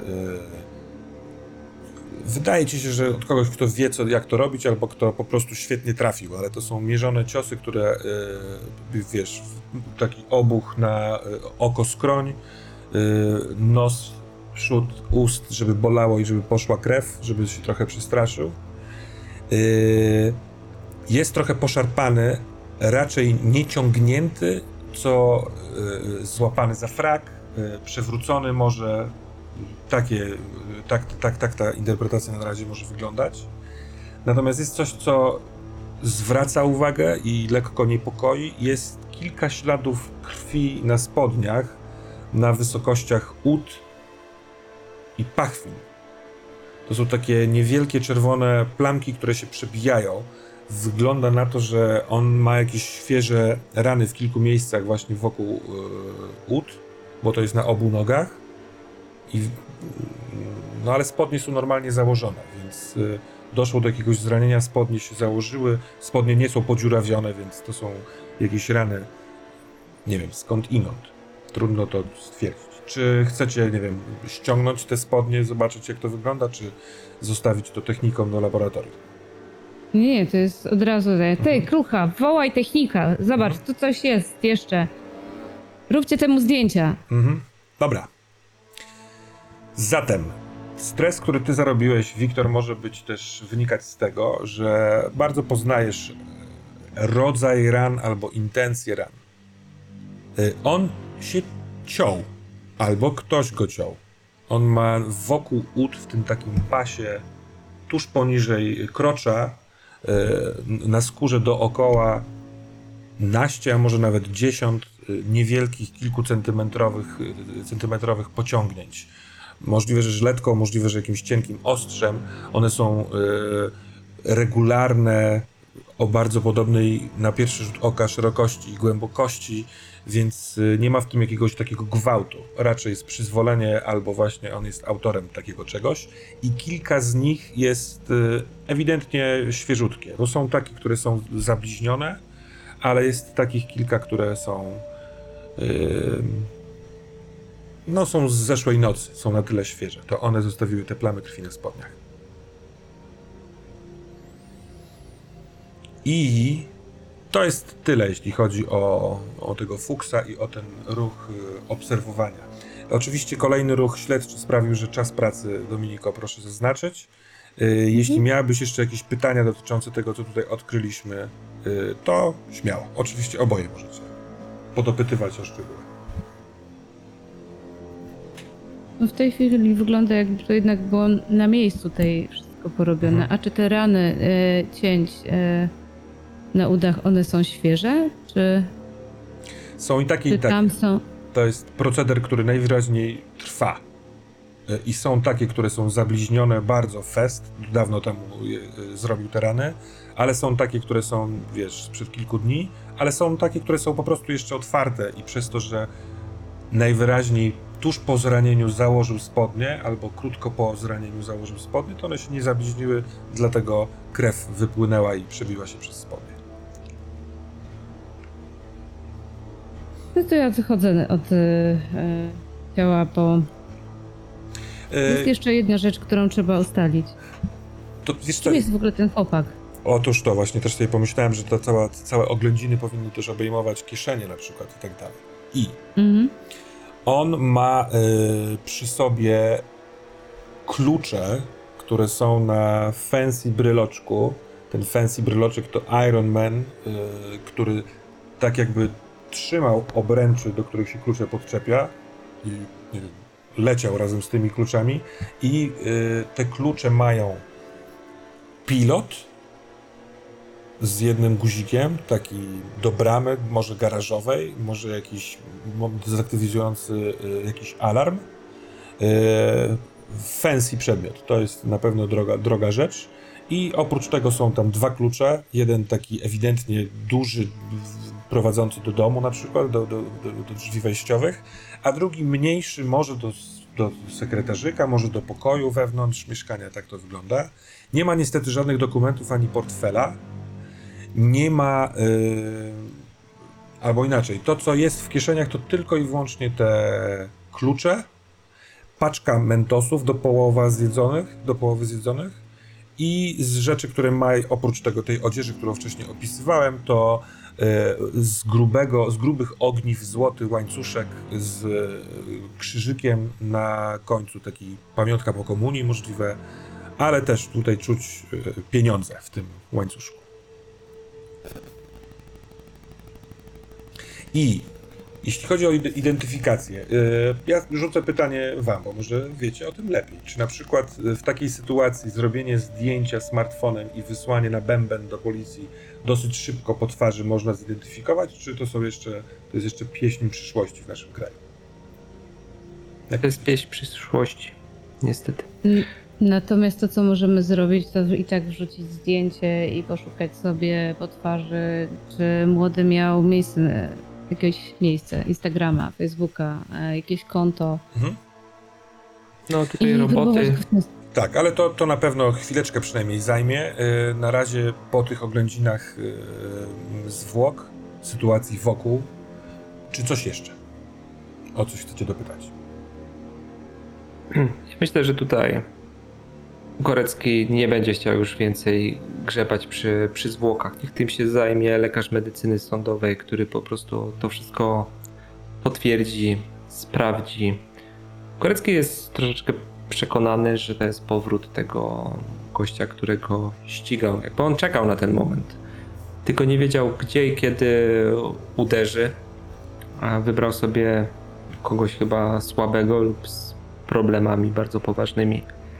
Wydaje ci się, że od kogoś, kto wie, jak to robić, albo kto po prostu świetnie trafił, ale to są mierzone ciosy, które, wiesz, taki obuch na oko, skroń, nos, przód ust, żeby bolało i żeby poszła krew, żeby się trochę przestraszył. Jest trochę poszarpany, raczej nie ciągnięty, co złapany za frak, przewrócony może. Tak ta interpretacja na razie może wyglądać. Natomiast jest coś, co zwraca uwagę i lekko niepokoi. Jest kilka śladów krwi na spodniach, na wysokościach ud i pachwin. To są takie niewielkie czerwone plamki, które się przebijają. Wygląda na to, że on ma jakieś świeże rany w kilku miejscach właśnie wokół ud, bo to jest na obu nogach. No ale spodnie są normalnie założone, więc doszło do jakiegoś zranienia, spodnie się założyły, spodnie nie są podziurawione, więc to są jakieś rany, nie wiem skąd inąd. Trudno to stwierdzić. Czy chcecie, nie wiem, ściągnąć te spodnie, zobaczyć jak to wygląda, czy zostawić to technikom do laboratorium? Nie, to jest od razu. Ty, Krucha, wołaj technika. Zobacz, tu coś jest jeszcze. Róbcie temu zdjęcia. Dobra. Zatem stres, który ty zarobiłeś, Wiktor, może być też wynikać z tego, że bardzo poznajesz rodzaj ran albo intencje ran. On się ciął, albo ktoś go ciął. On ma wokół ud, w tym takim pasie, tuż poniżej krocza, na skórze dookoła naście, a może nawet 10 niewielkich, kilkucentymetrowych pociągnięć. Możliwe, że żyletką, możliwe, że jakimś cienkim ostrzem. One są regularne, o bardzo podobnej na pierwszy rzut oka szerokości i głębokości, więc nie ma w tym jakiegoś takiego gwałtu. Raczej jest przyzwolenie, albo właśnie on jest autorem takiego czegoś. I kilka z nich jest ewidentnie świeżutkie. To są takie, które są zabliźnione, ale jest takich kilka, które są są z zeszłej nocy, są na tyle świeże. To one zostawiły te plamy krwi na spodniach. I to jest tyle, jeśli chodzi o tego Fuchsa i o ten ruch obserwowania. Oczywiście kolejny ruch śledczy sprawił, że czas pracy, Dominiko, proszę zaznaczyć. Jeśli miałabyś jeszcze jakieś pytania dotyczące tego, co tutaj odkryliśmy, to śmiało. Oczywiście oboje możecie podopytywać o szczegóły. No w tej chwili wygląda, jakby to jednak było na miejscu tutaj wszystko porobione. A czy te rany cięć na udach, one są świeże? Czy Są i takie, i takie. tam są? To jest proceder, który najwyraźniej trwa. I są takie, które są zabliźnione bardzo fest. Dawno temu zrobił te rany. Ale są takie, które są, wiesz, sprzed kilku dni. Ale są takie, które są po prostu jeszcze otwarte i przez to, że najwyraźniej tuż po zranieniu założył spodnie, albo krótko po zranieniu założył spodnie, to one się nie zabliźniły, dlatego krew wypłynęła i przebiła się przez spodnie. No to ja wychodzę od ciała, bo jest jeszcze jedna rzecz, którą trzeba ustalić. To, wiesz, Kim jest w ogóle ten chłopak? Otóż to właśnie też sobie pomyślałem, że to całe oględziny powinny też obejmować kieszenie na przykład i tak dalej. I on ma przy sobie klucze, które są na fancy bryloczku. Ten fancy bryloczek to Iron Man, który tak jakby trzymał obręczy, do których się klucze podczepia i nie wiem, leciał razem z tymi kluczami. I te klucze mają pilot z jednym guzikiem, taki do bramy, może garażowej, może jakiś dezaktywizujący jakiś alarm. Fancy przedmiot, to jest na pewno droga rzecz. I oprócz tego są tam 2 klucze, jeden taki ewidentnie duży, prowadzący do domu na przykład, do drzwi wejściowych, a drugi mniejszy może do sekretarzyka, może do pokoju wewnątrz mieszkania, tak to wygląda. Nie ma niestety żadnych dokumentów ani portfela. Nie ma, albo inaczej, to co jest w kieszeniach to tylko i wyłącznie te klucze, paczka mentosów do połowy zjedzonych i z rzeczy, które ma oprócz tej odzieży, którą wcześniej opisywałem, to z grubych ogniw złoty łańcuszek z krzyżykiem na końcu, taki pamiątka po komunii możliwe, ale też tutaj czuć pieniądze w tym łańcuszku. I jeśli chodzi o identyfikację, ja rzucę pytanie wam, bo może wiecie o tym lepiej. Czy na przykład w takiej sytuacji zrobienie zdjęcia smartfonem i wysłanie na bęben do policji dosyć szybko po twarzy można zidentyfikować, czy to jest jeszcze pieśń przyszłości w naszym kraju? To jest pieśń przyszłości, niestety. Natomiast to, co możemy zrobić, to i tak wrzucić zdjęcie i poszukać sobie po twarzy, czy młody miał jakieś miejsce, Instagrama, Facebooka, jakieś konto. No tutaj roboty. Tak, ale to na pewno chwileczkę przynajmniej zajmie. Na razie po tych oględzinach zwłok, sytuacji wokół, czy coś jeszcze? O coś chcecie dopytać? Ja myślę, że tutaj Korecki nie będzie chciał już więcej grzebać przy zwłokach. Niech tym się zajmie lekarz medycyny sądowej, który po prostu to wszystko potwierdzi, sprawdzi. Korecki jest troszeczkę przekonany, że to jest powrót tego gościa, którego ścigał. Jakby on czekał na ten moment. Tylko nie wiedział, gdzie i kiedy uderzy. A wybrał sobie kogoś chyba słabego lub z problemami bardzo poważnymi.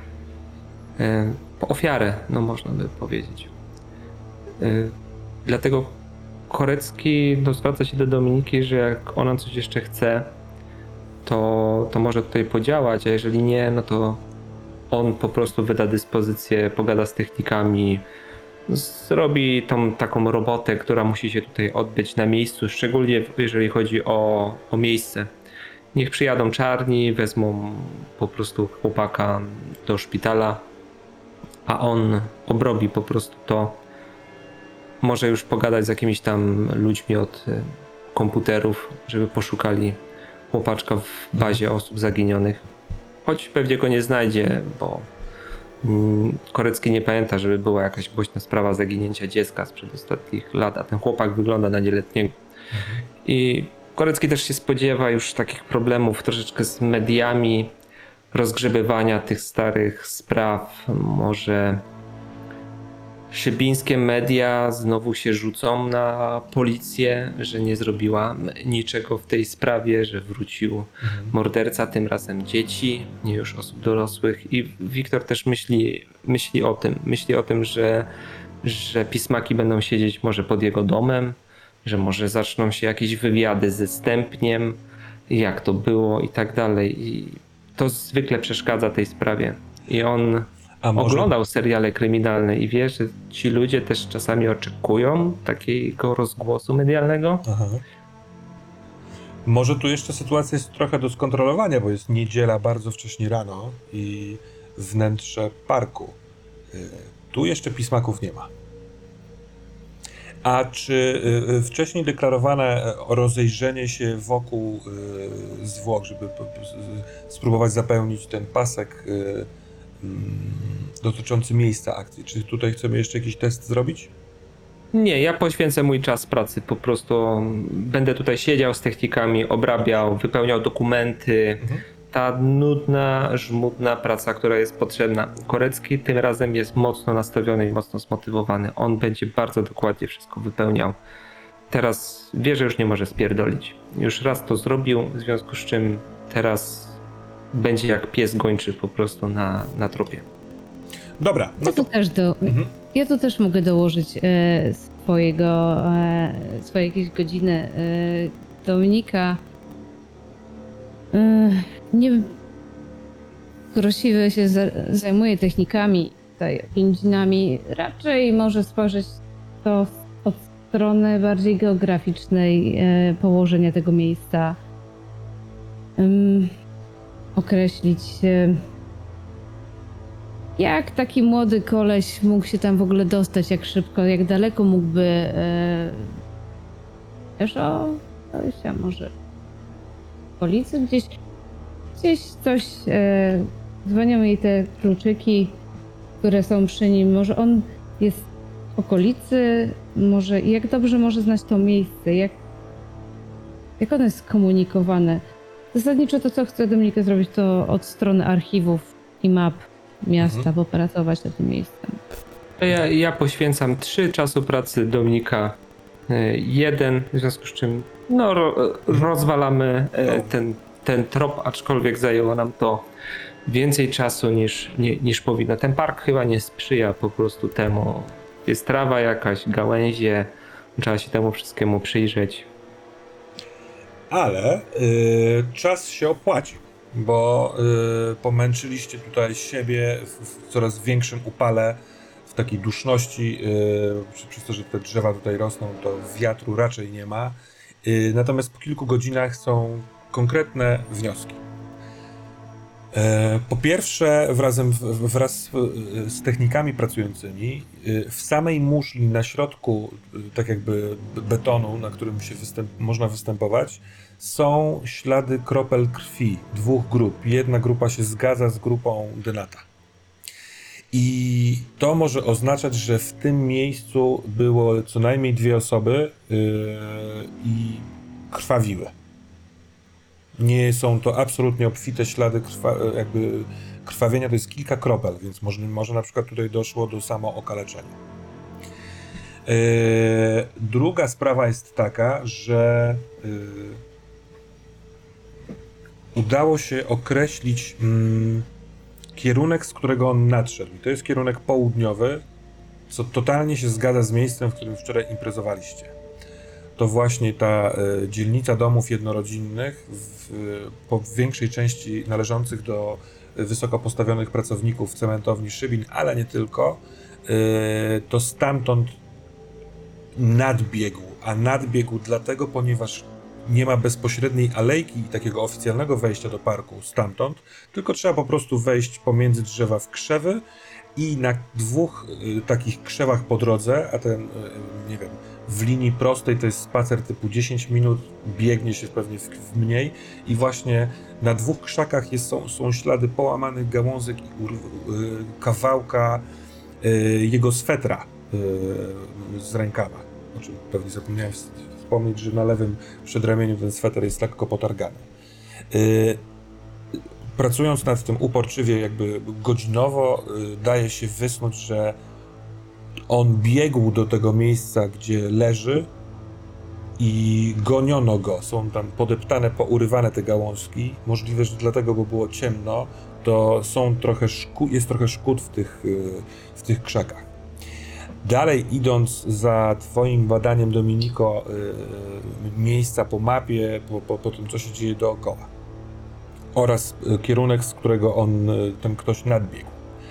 Ofiarę, no można by powiedzieć. Dlatego Korecki zwraca się do Dominiki, że jak ona coś jeszcze chce, to może tutaj podziałać, a jeżeli nie, no to on po prostu wyda dyspozycję, pogada z technikami, zrobi tą taką robotę, która musi się tutaj odbyć na miejscu, szczególnie jeżeli chodzi o miejsce. Niech przyjadą czarni, wezmą po prostu chłopaka do szpitala, a on obrobi po prostu to. Może już pogadać z jakimiś tam ludźmi od komputerów, żeby poszukali chłopaczka w bazie osób zaginionych. Choć pewnie go nie znajdzie, bo Korecki nie pamięta, żeby była jakaś głośna sprawa zaginięcia dziecka sprzed ostatnich lat, a ten chłopak wygląda na nieletniego. I Korecki też się spodziewa już takich problemów troszeczkę z mediami, rozgrzebywania tych starych spraw. Może szybińskie media znowu się rzucą na policję, że nie zrobiła niczego w tej sprawie, że wrócił morderca, tym razem dzieci, nie już osób dorosłych. I Wiktor też myśli o tym, że pismaki będą siedzieć może pod jego domem, że może zaczną się jakieś wywiady ze Stępniem, jak to było i tak dalej. I to zwykle przeszkadza tej sprawie. I on oglądał seriale kryminalne i wie, że ci ludzie też czasami oczekują takiego rozgłosu medialnego. Aha. Może tu jeszcze sytuacja jest trochę do skontrolowania, bo jest niedziela bardzo wcześnie rano i wnętrze parku. Tu jeszcze pismaków nie ma. A czy wcześniej deklarowane rozejrzenie się wokół zwłok, żeby spróbować zapełnić ten pasek dotyczący miejsca akcji, czy tutaj chcemy jeszcze jakiś test zrobić? Nie, ja poświęcę mój czas pracy, po prostu będę tutaj siedział z technikami, obrabiał, wypełniał dokumenty. Ta nudna, żmudna praca, która jest potrzebna. Korecki tym razem jest mocno nastawiony i mocno zmotywowany. On będzie bardzo dokładnie wszystko wypełniał. Teraz wie, że już nie może spierdolić. Już raz to zrobił, w związku z czym teraz będzie jak pies gończy po prostu na tropie. Dobra. No to... Ja tu też mogę dołożyć swojej jakiejś godziny. Dominika Krosiwy się zajmuje technikami, tutaj oględzinami. Raczej może spojrzeć to od strony bardziej geograficznej położenia tego miejsca. Określić jak taki młody koleś mógł się tam w ogóle dostać, jak szybko, jak daleko mógłby wiesz o kolesia może w okolicy gdzieś coś dzwonią jej te kluczyki, które są przy nim. Może on jest w okolicy, może jak dobrze może znać to miejsce, jak ono jest skomunikowane. Zasadniczo to, co chce Dominika zrobić, to od strony archiwów i map miasta popracować nad tym miejscem. Ja poświęcam 3 czasu pracy Dominika. 1, w związku z czym rozwalamy ten trop, aczkolwiek zajęło nam to więcej czasu niż powinno. Ten park chyba nie sprzyja po prostu temu. Jest trawa jakaś, gałęzie, trzeba się temu wszystkiemu przyjrzeć. Ale czas się opłacił, bo pomęczyliście tutaj siebie w coraz większym upale, w takiej duszności, przez to, że te drzewa tutaj rosną, to wiatru raczej nie ma. Natomiast po kilku godzinach są konkretne wnioski. Po pierwsze, wraz z technikami pracującymi, w samej muszli na środku, tak jakby betonu, na którym się można występować, są ślady kropel krwi 2 grup. Jedna grupa się zgadza z grupą Denata. I to może oznaczać, że w tym miejscu było co najmniej 2 osoby i krwawiły. Nie są to absolutnie obfite ślady krwawienia, to jest kilka kropel, więc może na przykład tutaj doszło do samookaleczenia. Druga sprawa jest taka, że udało się określić kierunek, z którego on nadszedł. I to jest kierunek południowy, co totalnie się zgadza z miejscem, w którym wczoraj imprezowaliście. To właśnie ta dzielnica domów jednorodzinnych, po większej części należących do wysoko postawionych pracowników cementowni Szybin, ale nie tylko, to stamtąd nadbiegł, a nadbiegł dlatego, ponieważ nie ma bezpośredniej alejki i takiego oficjalnego wejścia do parku stamtąd, tylko trzeba po prostu wejść pomiędzy drzewa w krzewy i na 2 takich krzewach po drodze, a ten, nie wiem, w linii prostej to jest spacer typu 10 minut, biegnie się pewnie w mniej i właśnie na 2 krzakach są ślady połamanych gałązek i kawałka jego swetra z rękawa. O czym pewnie zapomniałem wspomnieć, że na lewym przedramieniu ten sweter jest lekko potargany. Pracując nad tym uporczywie, jakby godzinowo, daje się wysnuć, że on biegł do tego miejsca, gdzie leży i goniono go. Są tam podeptane, pourywane te gałązki. Możliwe, że dlatego, bo było ciemno, to jest trochę szkód w tych krzakach. Dalej idąc za twoim badaniem, Dominiko, miejsca po mapie, po tym, co się dzieje dookoła oraz kierunek, z którego ten ktoś nadbiegł.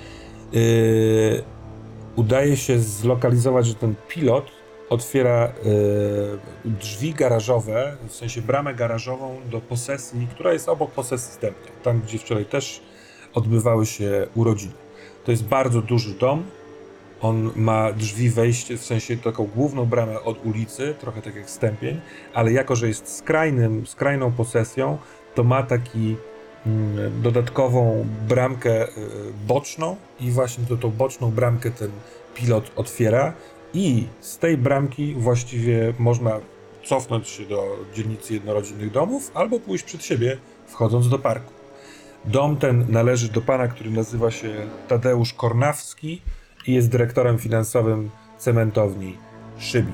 Udaje się zlokalizować, że ten pilot otwiera drzwi garażowe, w sensie bramę garażową do posesji, która jest obok posesji Stępnia, tam gdzie wczoraj też odbywały się urodziny. To jest bardzo duży dom. On ma drzwi wejście, w sensie taką główną bramę od ulicy, trochę tak jak Stępień, ale jako, że jest skrajną posesją, to ma taki dodatkową bramkę boczną i właśnie tą boczną bramkę ten pilot otwiera i z tej bramki właściwie można cofnąć się do dzielnicy jednorodzinnych domów albo pójść przed siebie, wchodząc do parku. Dom ten należy do pana, który nazywa się Tadeusz Kornawski i jest dyrektorem finansowym cementowni Szybin.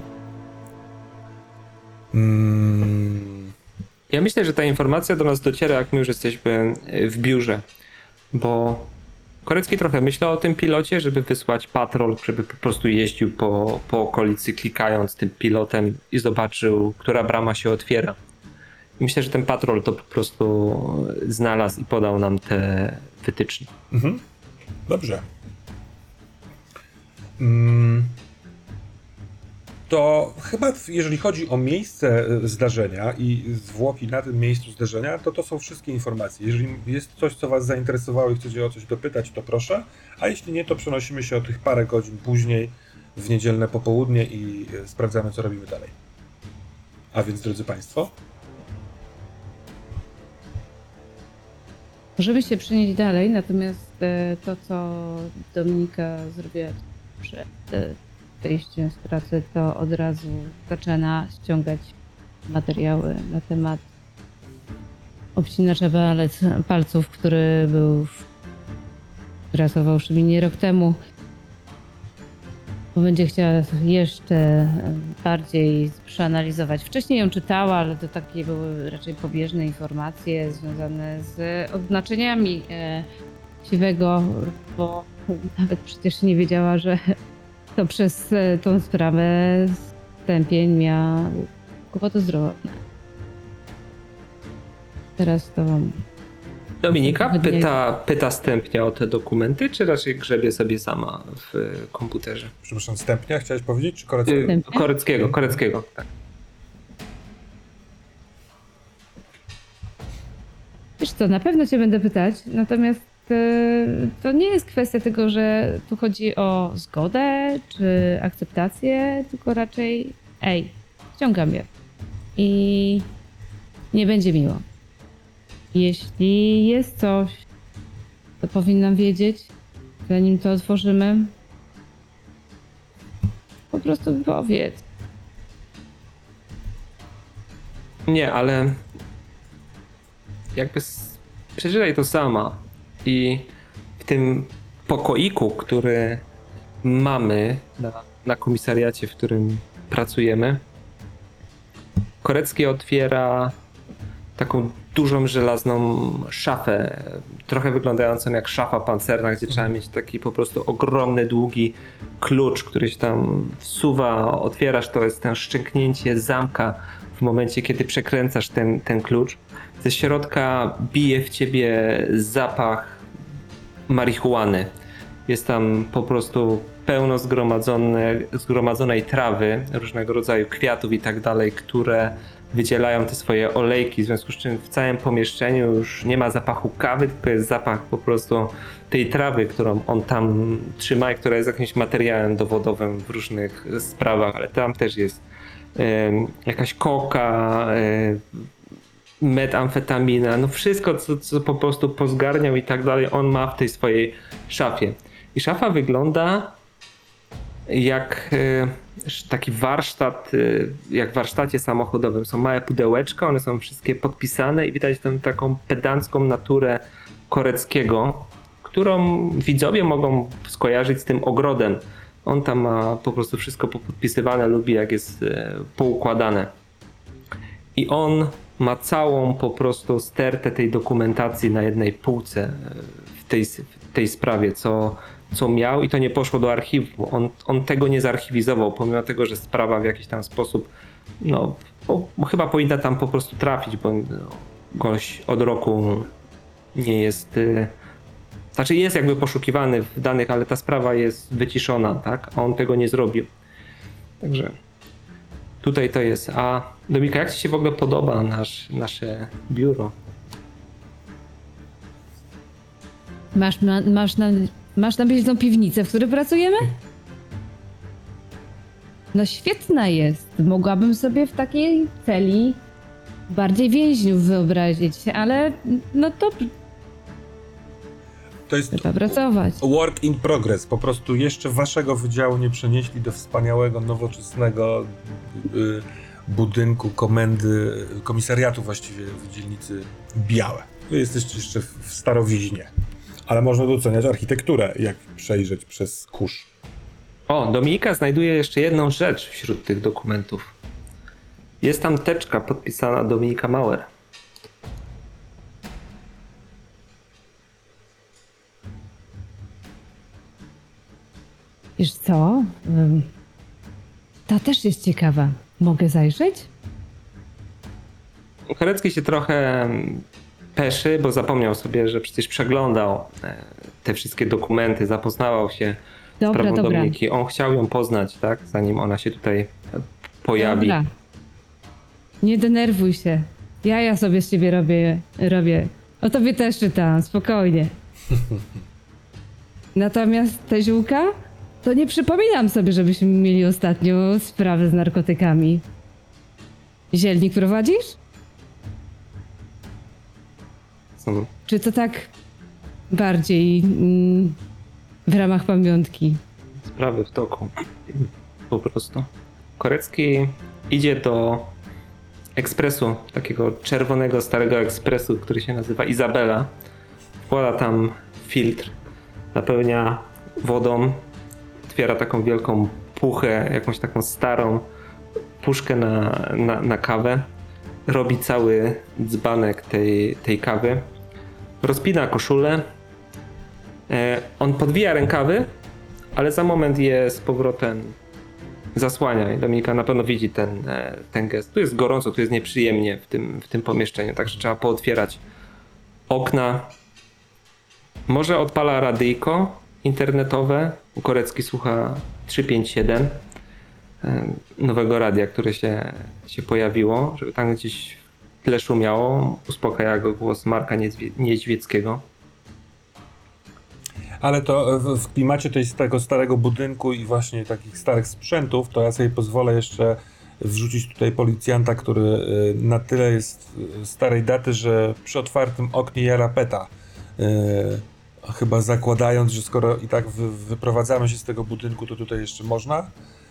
Ja myślę, że ta informacja do nas dociera, jak my już jesteśmy w biurze, bo Korecki trochę myślał o tym pilocie, żeby wysłać patrol, żeby po prostu jeździł po okolicy, klikając tym pilotem i zobaczył, która brama się otwiera. I myślę, że ten patrol to po prostu znalazł i podał nam te wytyczne. Dobrze. to chyba jeżeli chodzi o miejsce zdarzenia i zwłoki na tym miejscu zdarzenia, to są wszystkie informacje. Jeżeli jest coś, co was zainteresowało i chcecie o coś dopytać, to proszę, a jeśli nie, to przenosimy się o tych parę godzin później w niedzielne popołudnie i sprawdzamy, co robimy dalej. A więc, drodzy Państwo, Możemy się przenieść dalej, natomiast to, co Dominika zrobiła przed wyjściem z pracy, to od razu zaczyna ściągać materiały na temat obcinacza palców, który pracował w Szyminie rok temu. Bo będzie chciała jeszcze bardziej przeanalizować. Wcześniej ją czytała, ale to takie były raczej pobieżne informacje związane z odznaczeniami siwego, bo nawet przecież nie wiedziała, że to przez tą sprawę stępień miała kłopoty zdrowotne. Teraz to Dominika pyta Stępnia o te dokumenty, czy raczej grzebie sobie sama w komputerze? przepraszam, Stępnia chciałeś powiedzieć, czy Koreckiego? Koreckiego, tak. Wiesz co, na pewno cię będę pytać, natomiast to nie jest kwestia tego, że tu chodzi o zgodę czy akceptację, tylko raczej ściągam je i nie będzie miło. Jeśli jest coś, to powinnam wiedzieć, zanim to otworzymy. Po prostu powiedz. Nie, ale jakby przeczytaj to sama i w tym pokoiku, który mamy na komisariacie, w którym pracujemy, Korecki otwiera taką dużą żelazną szafę, trochę wyglądającą jak szafa pancerna, gdzie trzeba mieć taki po prostu ogromny, długi klucz, który się tam wsuwa, otwierasz, to jest ten szczęknięcie zamka w momencie, kiedy przekręcasz ten klucz. Ze środka bije w ciebie zapach marihuany. Jest tam po prostu pełno zgromadzonej trawy, różnego rodzaju kwiatów i tak dalej, które wydzielają te swoje olejki, w związku z czym w całym pomieszczeniu już nie ma zapachu kawy, tylko jest zapach po prostu tej trawy, którą on tam trzyma i która jest jakimś materiałem dowodowym w różnych sprawach, ale tam też jest jakaś koka, metamfetamina, no wszystko, co po prostu pozgarniał i tak dalej, on ma w tej swojej szafie. I szafa wygląda jak taki warsztat, jak w warsztacie samochodowym. Są małe pudełeczka, one są wszystkie podpisane i widać tam taką pedancką naturę Koreckiego, którą widzowie mogą skojarzyć z tym ogrodem. On tam ma po prostu wszystko podpisywane, lubi jak jest poukładane. I on ma całą po prostu stertę tej dokumentacji na jednej półce w tej sprawie, co miał i to nie poszło do archiwum. On tego nie zarchiwizował, pomimo tego, że sprawa w jakiś tam sposób, no chyba powinna tam po prostu trafić, bo gość od roku nie jest, znaczy jest jakby poszukiwany w danych, ale ta sprawa jest wyciszona, tak? A on tego nie zrobił. Także tutaj to jest. A Dominika, jak ci się w ogóle podoba nasze biuro? Masz na myśli tą piwnicę, w której pracujemy? No świetna jest. Mogłabym sobie w takiej celi bardziej więźniów wyobrazić, ale no to jest trzeba pracować. work in progress. Po prostu jeszcze waszego wydziału nie przenieśli do wspaniałego, nowoczesnego budynku komendy, komisariatu właściwie w dzielnicy Białe. Wy jesteście jeszcze w Starowiźnie. Ale można doceniać architekturę, jak przejrzeć przez kurz. O, Dominika znajduje jeszcze jedną rzecz wśród tych dokumentów. Jest tam teczka podpisana Dominika Mauer. Wiesz co? Ta też jest ciekawa. Mogę zajrzeć? Korecki się trochę peszy, bo zapomniał sobie, że przecież przeglądał te wszystkie dokumenty, zapoznawał się z sprawą Dominiki. On chciał ją poznać, tak, zanim ona się tutaj pojawi. Dobra. Nie denerwuj się. Ja sobie z ciebie robię. O tobie też czytałam, spokojnie. Natomiast te ziółka, to nie przypominam sobie, żebyśmy mieli ostatnio sprawę z narkotykami. Zielnik prowadzisz? Są Czy to tak bardziej w ramach pamiątki? sprawy w toku. Po prostu. Korecki idzie do ekspresu, takiego czerwonego, starego ekspresu, który się nazywa Izabela. Wkłada tam filtr, napełnia wodą, otwiera taką wielką puchę, jakąś taką starą puszkę na kawę. Robi cały dzbanek tej kawy. Rozpina koszulę. On podwija rękawy, ale za moment je z powrotem zasłania i Dominika na pewno widzi ten gest. Tu jest gorąco, tu jest nieprzyjemnie w tym pomieszczeniu, także trzeba pootwierać okna. Może odpala radyjko internetowe. Korecki słucha 357 nowego radia, które się pojawiło, żeby tam gdzieś w tle szumiało. Uspokaja go głos Marka Niedźwieckiego. Ale to w klimacie tego starego budynku i właśnie takich starych sprzętów, to ja sobie pozwolę jeszcze wrzucić tutaj policjanta, który na tyle jest starej daty, że przy otwartym oknie jara peta. Chyba zakładając, że skoro i tak wyprowadzamy się z tego budynku, to tutaj jeszcze można.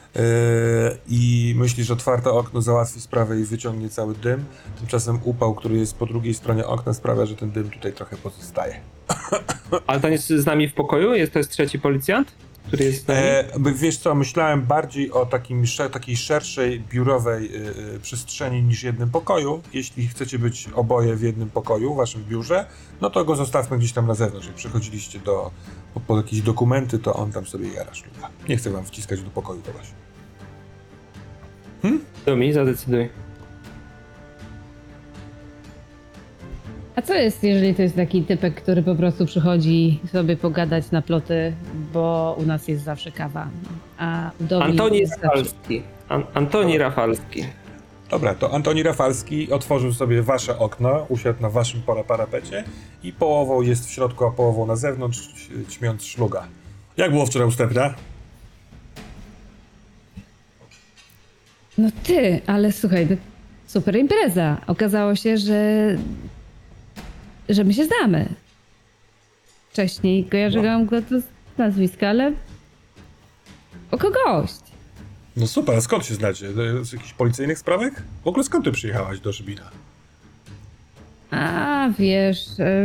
I myśli, że otwarte okno załatwi sprawę i wyciągnie cały dym. Tymczasem upał, który jest po drugiej stronie okna, sprawia, że ten dym tutaj trochę pozostaje. Ale to jest z nami w pokoju? To jest trzeci policjant, który jest z nami? Wiesz co, myślałem bardziej o takiej szerszej, biurowej przestrzeni niż jednym pokoju. Jeśli chcecie być oboje w jednym pokoju, w waszym biurze, no to go zostawmy gdzieś tam na zewnątrz. Jak przychodziliście po jakieś dokumenty, to on tam sobie jara szluga. Nie chcę wam wciskać do pokoju kogoś. Domi, zadecyduj. A co jest, jeżeli to jest taki typek, który po prostu przychodzi sobie pogadać na ploty, bo u nas jest zawsze kawa, a u Domi Antoni jest zawsze... Rafalski. Antoni Rafalski. Dobra, to Antoni Rafalski otworzył sobie wasze okno, usiadł na waszym parapecie i połową jest w środku, a połową na zewnątrz, ćmiąc szluga. Jak było wczoraj ustępna? No ty, ale słuchaj, no, super impreza. Okazało się, że my się znamy. Wcześniej kojarzyłam go to z nazwiska, ale oko gość. No super, a skąd się znacie? Z jakichś policyjnych sprawek? W ogóle skąd ty przyjechałaś do Szybina? A wiesz,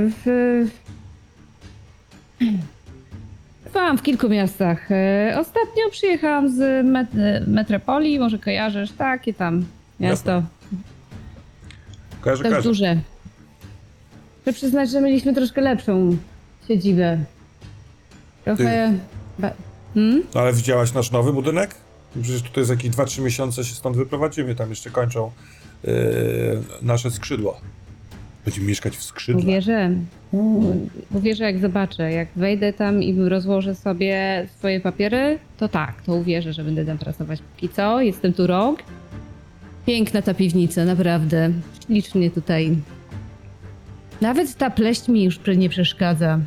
byłam w kilku miastach. Ostatnio przyjechałam z metropolii, może kojarzysz, takie tam miasto. Kojarzę, Dość kojarzę. duże. Muszę przyznać, że mieliśmy troszkę lepszą siedzibę. Trochę... No ale widziałaś nasz nowy budynek? Przecież tutaj za jakieś 2-3 miesiące się stąd wyprowadzimy. Tam jeszcze kończą nasze skrzydło. Będziemy mieszkać w skrzydle. Uwierzę, jak zobaczę. Jak wejdę tam i rozłożę sobie swoje papiery, to tak, to uwierzę, że będę tam pracować. Póki co, jestem tu rok. Piękna ta piwnica, naprawdę. Licznie tutaj. Nawet ta pleść mi już nie przeszkadza.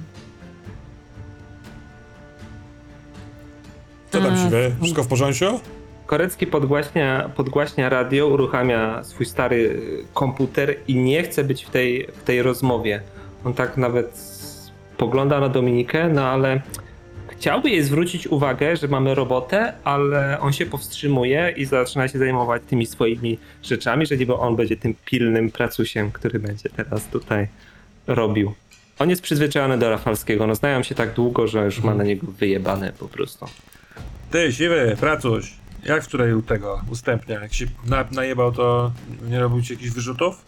Co tam siwe? Wszystko w porządku? Korecki podgłaśnia radio, uruchamia swój stary komputer i nie chce być w tej rozmowie. On tak nawet spogląda na Dominikę, no ale chciałby jej zwrócić uwagę, że mamy robotę, ale on się powstrzymuje i zaczyna się zajmować tymi swoimi rzeczami, że niby on będzie tym pilnym pracusiem, który będzie teraz tutaj robił. On jest przyzwyczajony do Rafalskiego, no znają się tak długo, że już ma na niego wyjebane po prostu. Ty, siwy, pracuś. Jak wczoraj u tego ustępnia? Jak się najebał, to nie robił ci jakichś wyrzutów?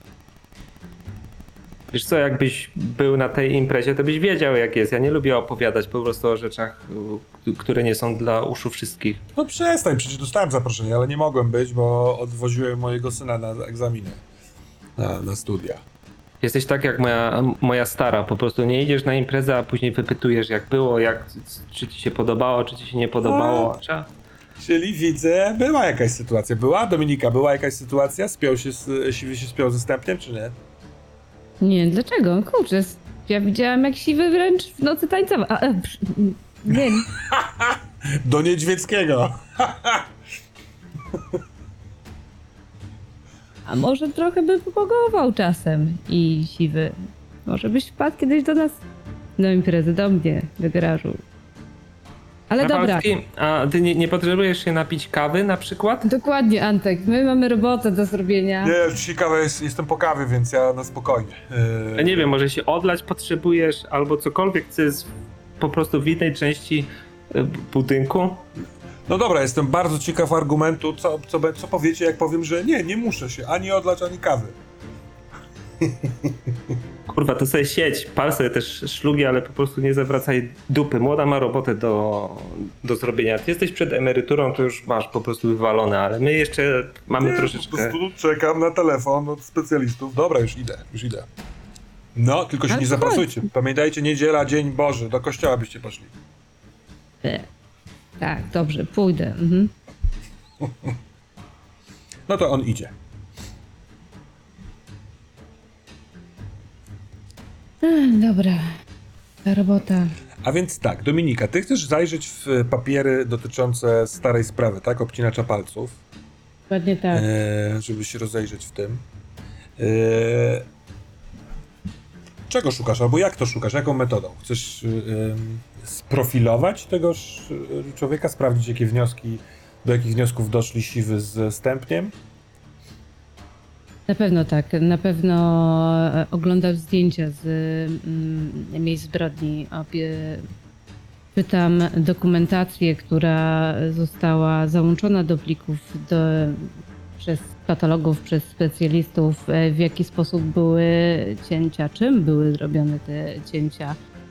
Wiesz co, jakbyś był na tej imprezie, to byś wiedział jak jest. Ja nie lubię opowiadać po prostu o rzeczach, które nie są dla uszu wszystkich. No przestań, przecież dostałem zaproszenie, ale nie mogłem być, bo odwoziłem mojego syna na egzaminy. Na studia. Jesteś tak jak moja stara, po prostu nie idziesz na imprezę, a później wypytujesz jak było, czy ci się podobało, czy ci się nie podobało. Czyli widzę, była jakaś sytuacja. Była, Dominika, była jakaś sytuacja? Siwy się spiął ze Stępniem, czy nie? Nie, dlaczego? Kurczę, ja widziałam jak Siwy wręcz w nocy tańcował. Nie, Do Niedźwieckiego. a może trochę by pogował czasem i Siwy. Może byś wpadł kiedyś do nas do imprezy, do mnie, do garażu. Ale dobra. Rafalski, a ty nie potrzebujesz się napić kawy na przykład? Dokładnie, Antek. My mamy robotę do zrobienia. Nie, ciekawe, jestem po kawie, więc ja na spokojnie. Ja nie wiem, może się odlać potrzebujesz albo cokolwiek, co jest po prostu w innej części budynku. No dobra, jestem bardzo ciekaw argumentu, co powiecie, jak powiem, że nie muszę się ani odlać, ani kawy. Kurwa, to sobie siedź, pal sobie też szlugi, ale po prostu nie zawracaj dupy. Młoda ma robotę do zrobienia. Ty jesteś przed emeryturą, to już masz po prostu wywalone, ale my jeszcze mamy Po troszeczkę... prostu czekam na telefon od specjalistów. Dobra, już idę. No, tylko się Ale nie to zapracujcie. Pamiętajcie, niedziela, dzień Boży, do kościoła byście poszli. Tak, dobrze, pójdę. Mhm. No to on idzie. Dobra, ta robota. A więc tak, Dominika, ty chcesz zajrzeć w papiery dotyczące starej sprawy, tak? Obcinacza palców. Dokładnie tak. Żeby się rozejrzeć w tym. Czego szukasz, albo jak to szukasz, jaką metodą? Chcesz sprofilować tegoż człowieka, sprawdzić do jakich wniosków doszli Siwy z Stępniem? Na pewno tak. Na pewno oglądam zdjęcia z miejsc zbrodni. Pytam dokumentację, która została załączona do plików przez patologów, przez specjalistów, w jaki sposób były cięcia, czym były zrobione te cięcia,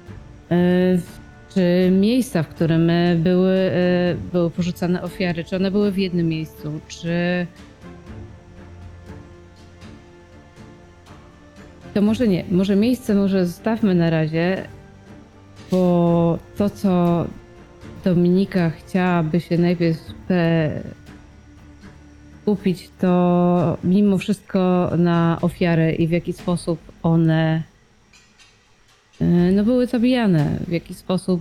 czy miejsca, w którym były porzucane ofiary, czy one były w jednym miejscu, czy... To może nie, może miejsce może zostawmy na razie, bo to, co Dominika chciałaby się najpierw skupić, to mimo wszystko na ofiarę i w jaki sposób one były zabijane, w jaki sposób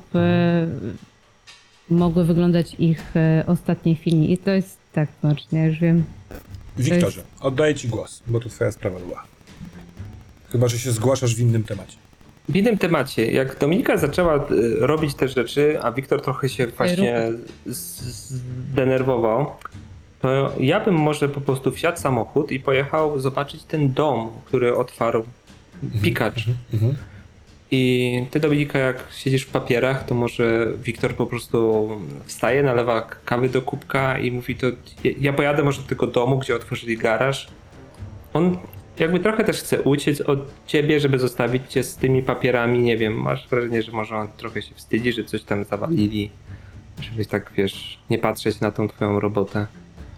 mogły wyglądać ich ostatnie chwili. I to jest tak, znacznie, ja już wiem. Wiktorze, oddaję ci głos, bo to twoja sprawa była. Chyba że się zgłaszasz w innym temacie. W innym temacie, jak Dominika zaczęła robić te rzeczy, a Wiktor trochę się właśnie zdenerwował, to ja bym może po prostu wsiadł w samochód i pojechał zobaczyć ten dom, który otwarł pikacz. I ty, Dominika, jak siedzisz w papierach, to może Wiktor po prostu wstaje, nalewa kawy do kubka i mówi, to ja pojadę może do tego domu, gdzie otworzyli garaż. On jakby trochę też chce uciec od ciebie, żeby zostawić cię z tymi papierami, nie wiem, masz wrażenie, że może on trochę się wstydzi, że coś tam zawalili, żebyś tak, wiesz, nie patrzeć na tą twoją robotę.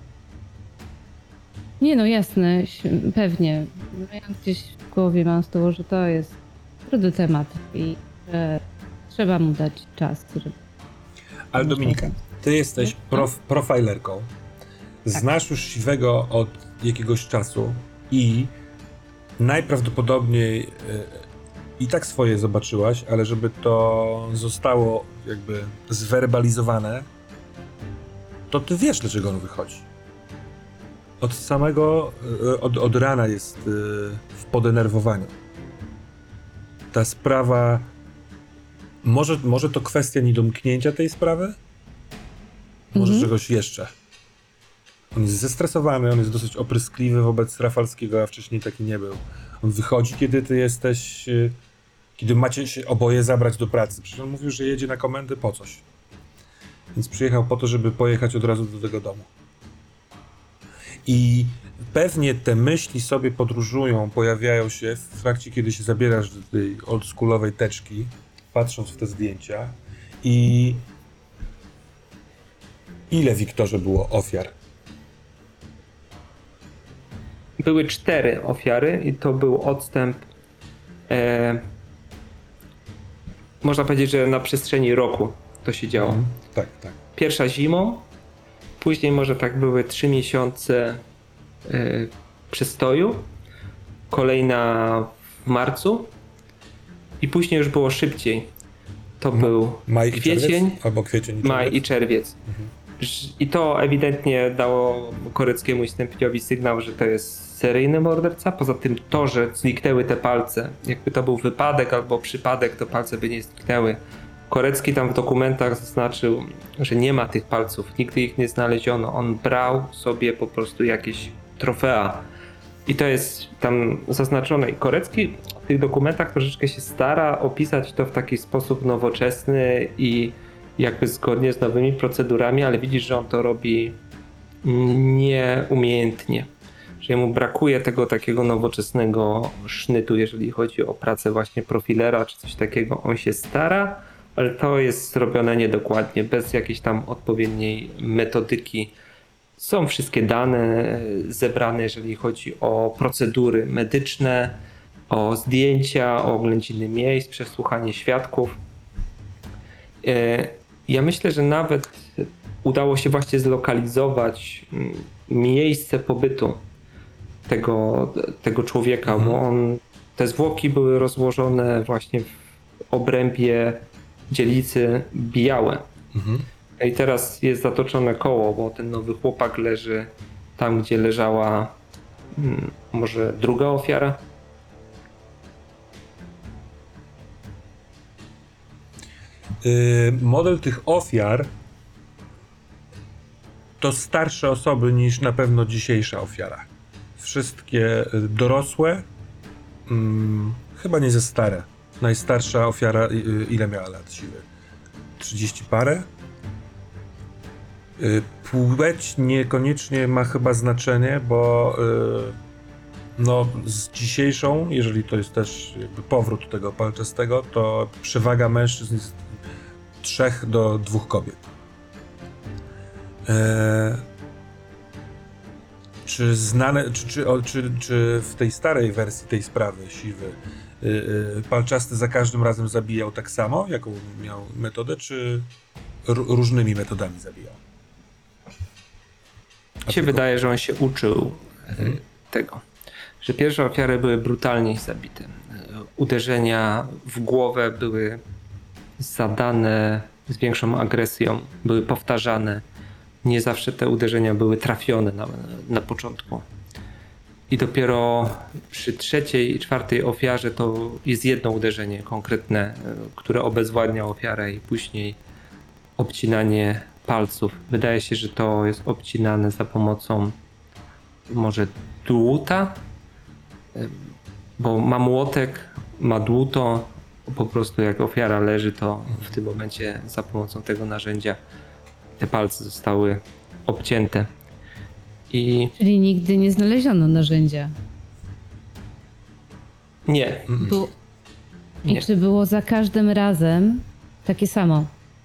Nie no, jasne, pewnie. Ja gdzieś w głowie mam z tyłu, że to jest trudny temat i że trzeba mu dać czas. Żeby... Ale Dominika, ty jesteś profilerką, znasz już Siwego od jakiegoś czasu i najprawdopodobniej i tak swoje zobaczyłaś, ale żeby to zostało jakby zwerbalizowane, to ty wiesz, dlaczego on wychodzi. Od samego, od rana jest w podenerwowaniu. Ta sprawa, może to kwestia niedomknięcia tej sprawy? Może czegoś jeszcze? On jest zestresowany, on jest dosyć opryskliwy wobec Rafalskiego, a wcześniej taki nie był. On wychodzi, kiedy ty jesteś, kiedy macie się oboje zabrać do pracy. Przecież on mówił, że jedzie na komendę po coś. Więc przyjechał po to, żeby pojechać od razu do tego domu. I pewnie te myśli sobie podróżują, pojawiają się w trakcie, kiedy się zabierasz do tej oldschoolowej teczki, patrząc w te zdjęcia. I ile, Wiktorze, było ofiar? Były 4 ofiary i to był odstęp, można powiedzieć, że na przestrzeni roku to się działo. Tak, tak. Pierwsza zimą, Później może tak były 3 miesiące przystoju, kolejna w marcu i później już było szybciej. To był Maj i kwiecień, czerwiec? Albo kwiecień i maj czerwiec? i czerwiec. I to ewidentnie dało Koreckiemu i Stępniowi sygnał, że to jest seryjny morderca. Poza tym to, że zniknęły te palce, jakby to był wypadek albo przypadek, to palce by nie zniknęły. Korecki tam w dokumentach zaznaczył, że nie ma tych palców, nigdy ich nie znaleziono. On brał sobie po prostu jakieś trofea. I to jest tam zaznaczone. I Korecki w tych dokumentach troszeczkę się stara opisać to w taki sposób nowoczesny i jakby zgodnie z nowymi procedurami, ale widzisz, że on to robi nieumiejętnie. Że mu brakuje tego takiego nowoczesnego sznytu, jeżeli chodzi o pracę właśnie profilera czy coś takiego. On się stara, ale to jest zrobione niedokładnie, bez jakiejś tam odpowiedniej metodyki. Są wszystkie dane zebrane, jeżeli chodzi o procedury medyczne, o zdjęcia, o oględziny miejsc, przesłuchanie świadków. Ja myślę, że nawet udało się właśnie zlokalizować miejsce pobytu tego człowieka, bo te zwłoki były rozłożone właśnie w obrębie dzielnicy Białe. I teraz jest zatoczone koło, bo ten nowy chłopak leży tam, gdzie leżała może druga ofiara. Model tych ofiar to starsze osoby niż na pewno dzisiejsza ofiara. Wszystkie dorosłe, chyba nie ze stare. Najstarsza ofiara, ile miała lat siwy? 30 parę? Płeć niekoniecznie ma chyba znaczenie, bo no, z dzisiejszą, jeżeli to jest też jakby powrót tego palczastego, to przewaga mężczyzn jest 3 do 2 kobiet. Czy znane, czy w tej starej wersji tej sprawy siwy palczasty za każdym razem zabijał tak samo, jaką miał metodę, czy różnymi metodami zabijał? Mi się wydaje, że on się uczył tego, że pierwsze ofiary były brutalnie zabite. Uderzenia w głowę były zadane z większą agresją, były powtarzane. Nie zawsze te uderzenia były trafione na początku. I dopiero przy 3. i 4. ofiarze to jest jedno uderzenie konkretne, które obezwładnia ofiarę i później obcinanie palców. Wydaje się, że to jest obcinane za pomocą może dłuta, bo ma młotek, ma dłuto, po prostu jak ofiara leży, to w tym momencie za pomocą tego narzędzia te palce zostały obcięte. Czyli nigdy nie znaleziono narzędzia. Nie. I Nie. czy było za każdym razem takie samo?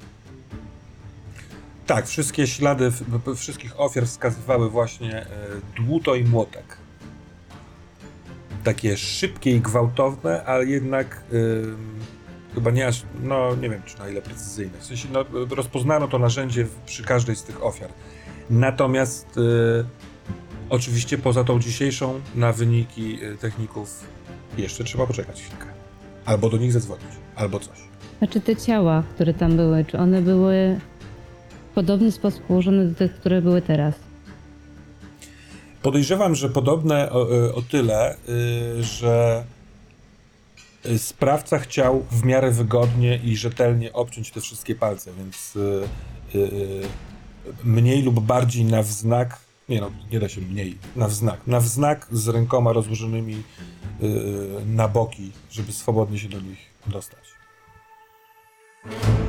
Tak, wszystkie ślady wszystkich ofiar wskazywały właśnie dłuto i młotek. Takie szybkie i gwałtowne, ale jednak chyba nie aż, no nie wiem czy na ile precyzyjne. W sensie no, rozpoznano to narzędzie przy każdej z tych ofiar. Natomiast oczywiście poza tą dzisiejszą na wyniki techników jeszcze trzeba poczekać chwilkę. Albo do nich zadzwonić, albo coś. A czy te ciała, które tam były, czy one były w podobny sposób ułożone do tych, które były teraz? Podejrzewam, że podobne o tyle, że sprawca chciał w miarę wygodnie i rzetelnie obciąć te wszystkie palce, więc mniej lub bardziej na wznak, nie da się mniej, na wznak z rękoma rozłożonymi na boki, żeby swobodnie się do nich dostać.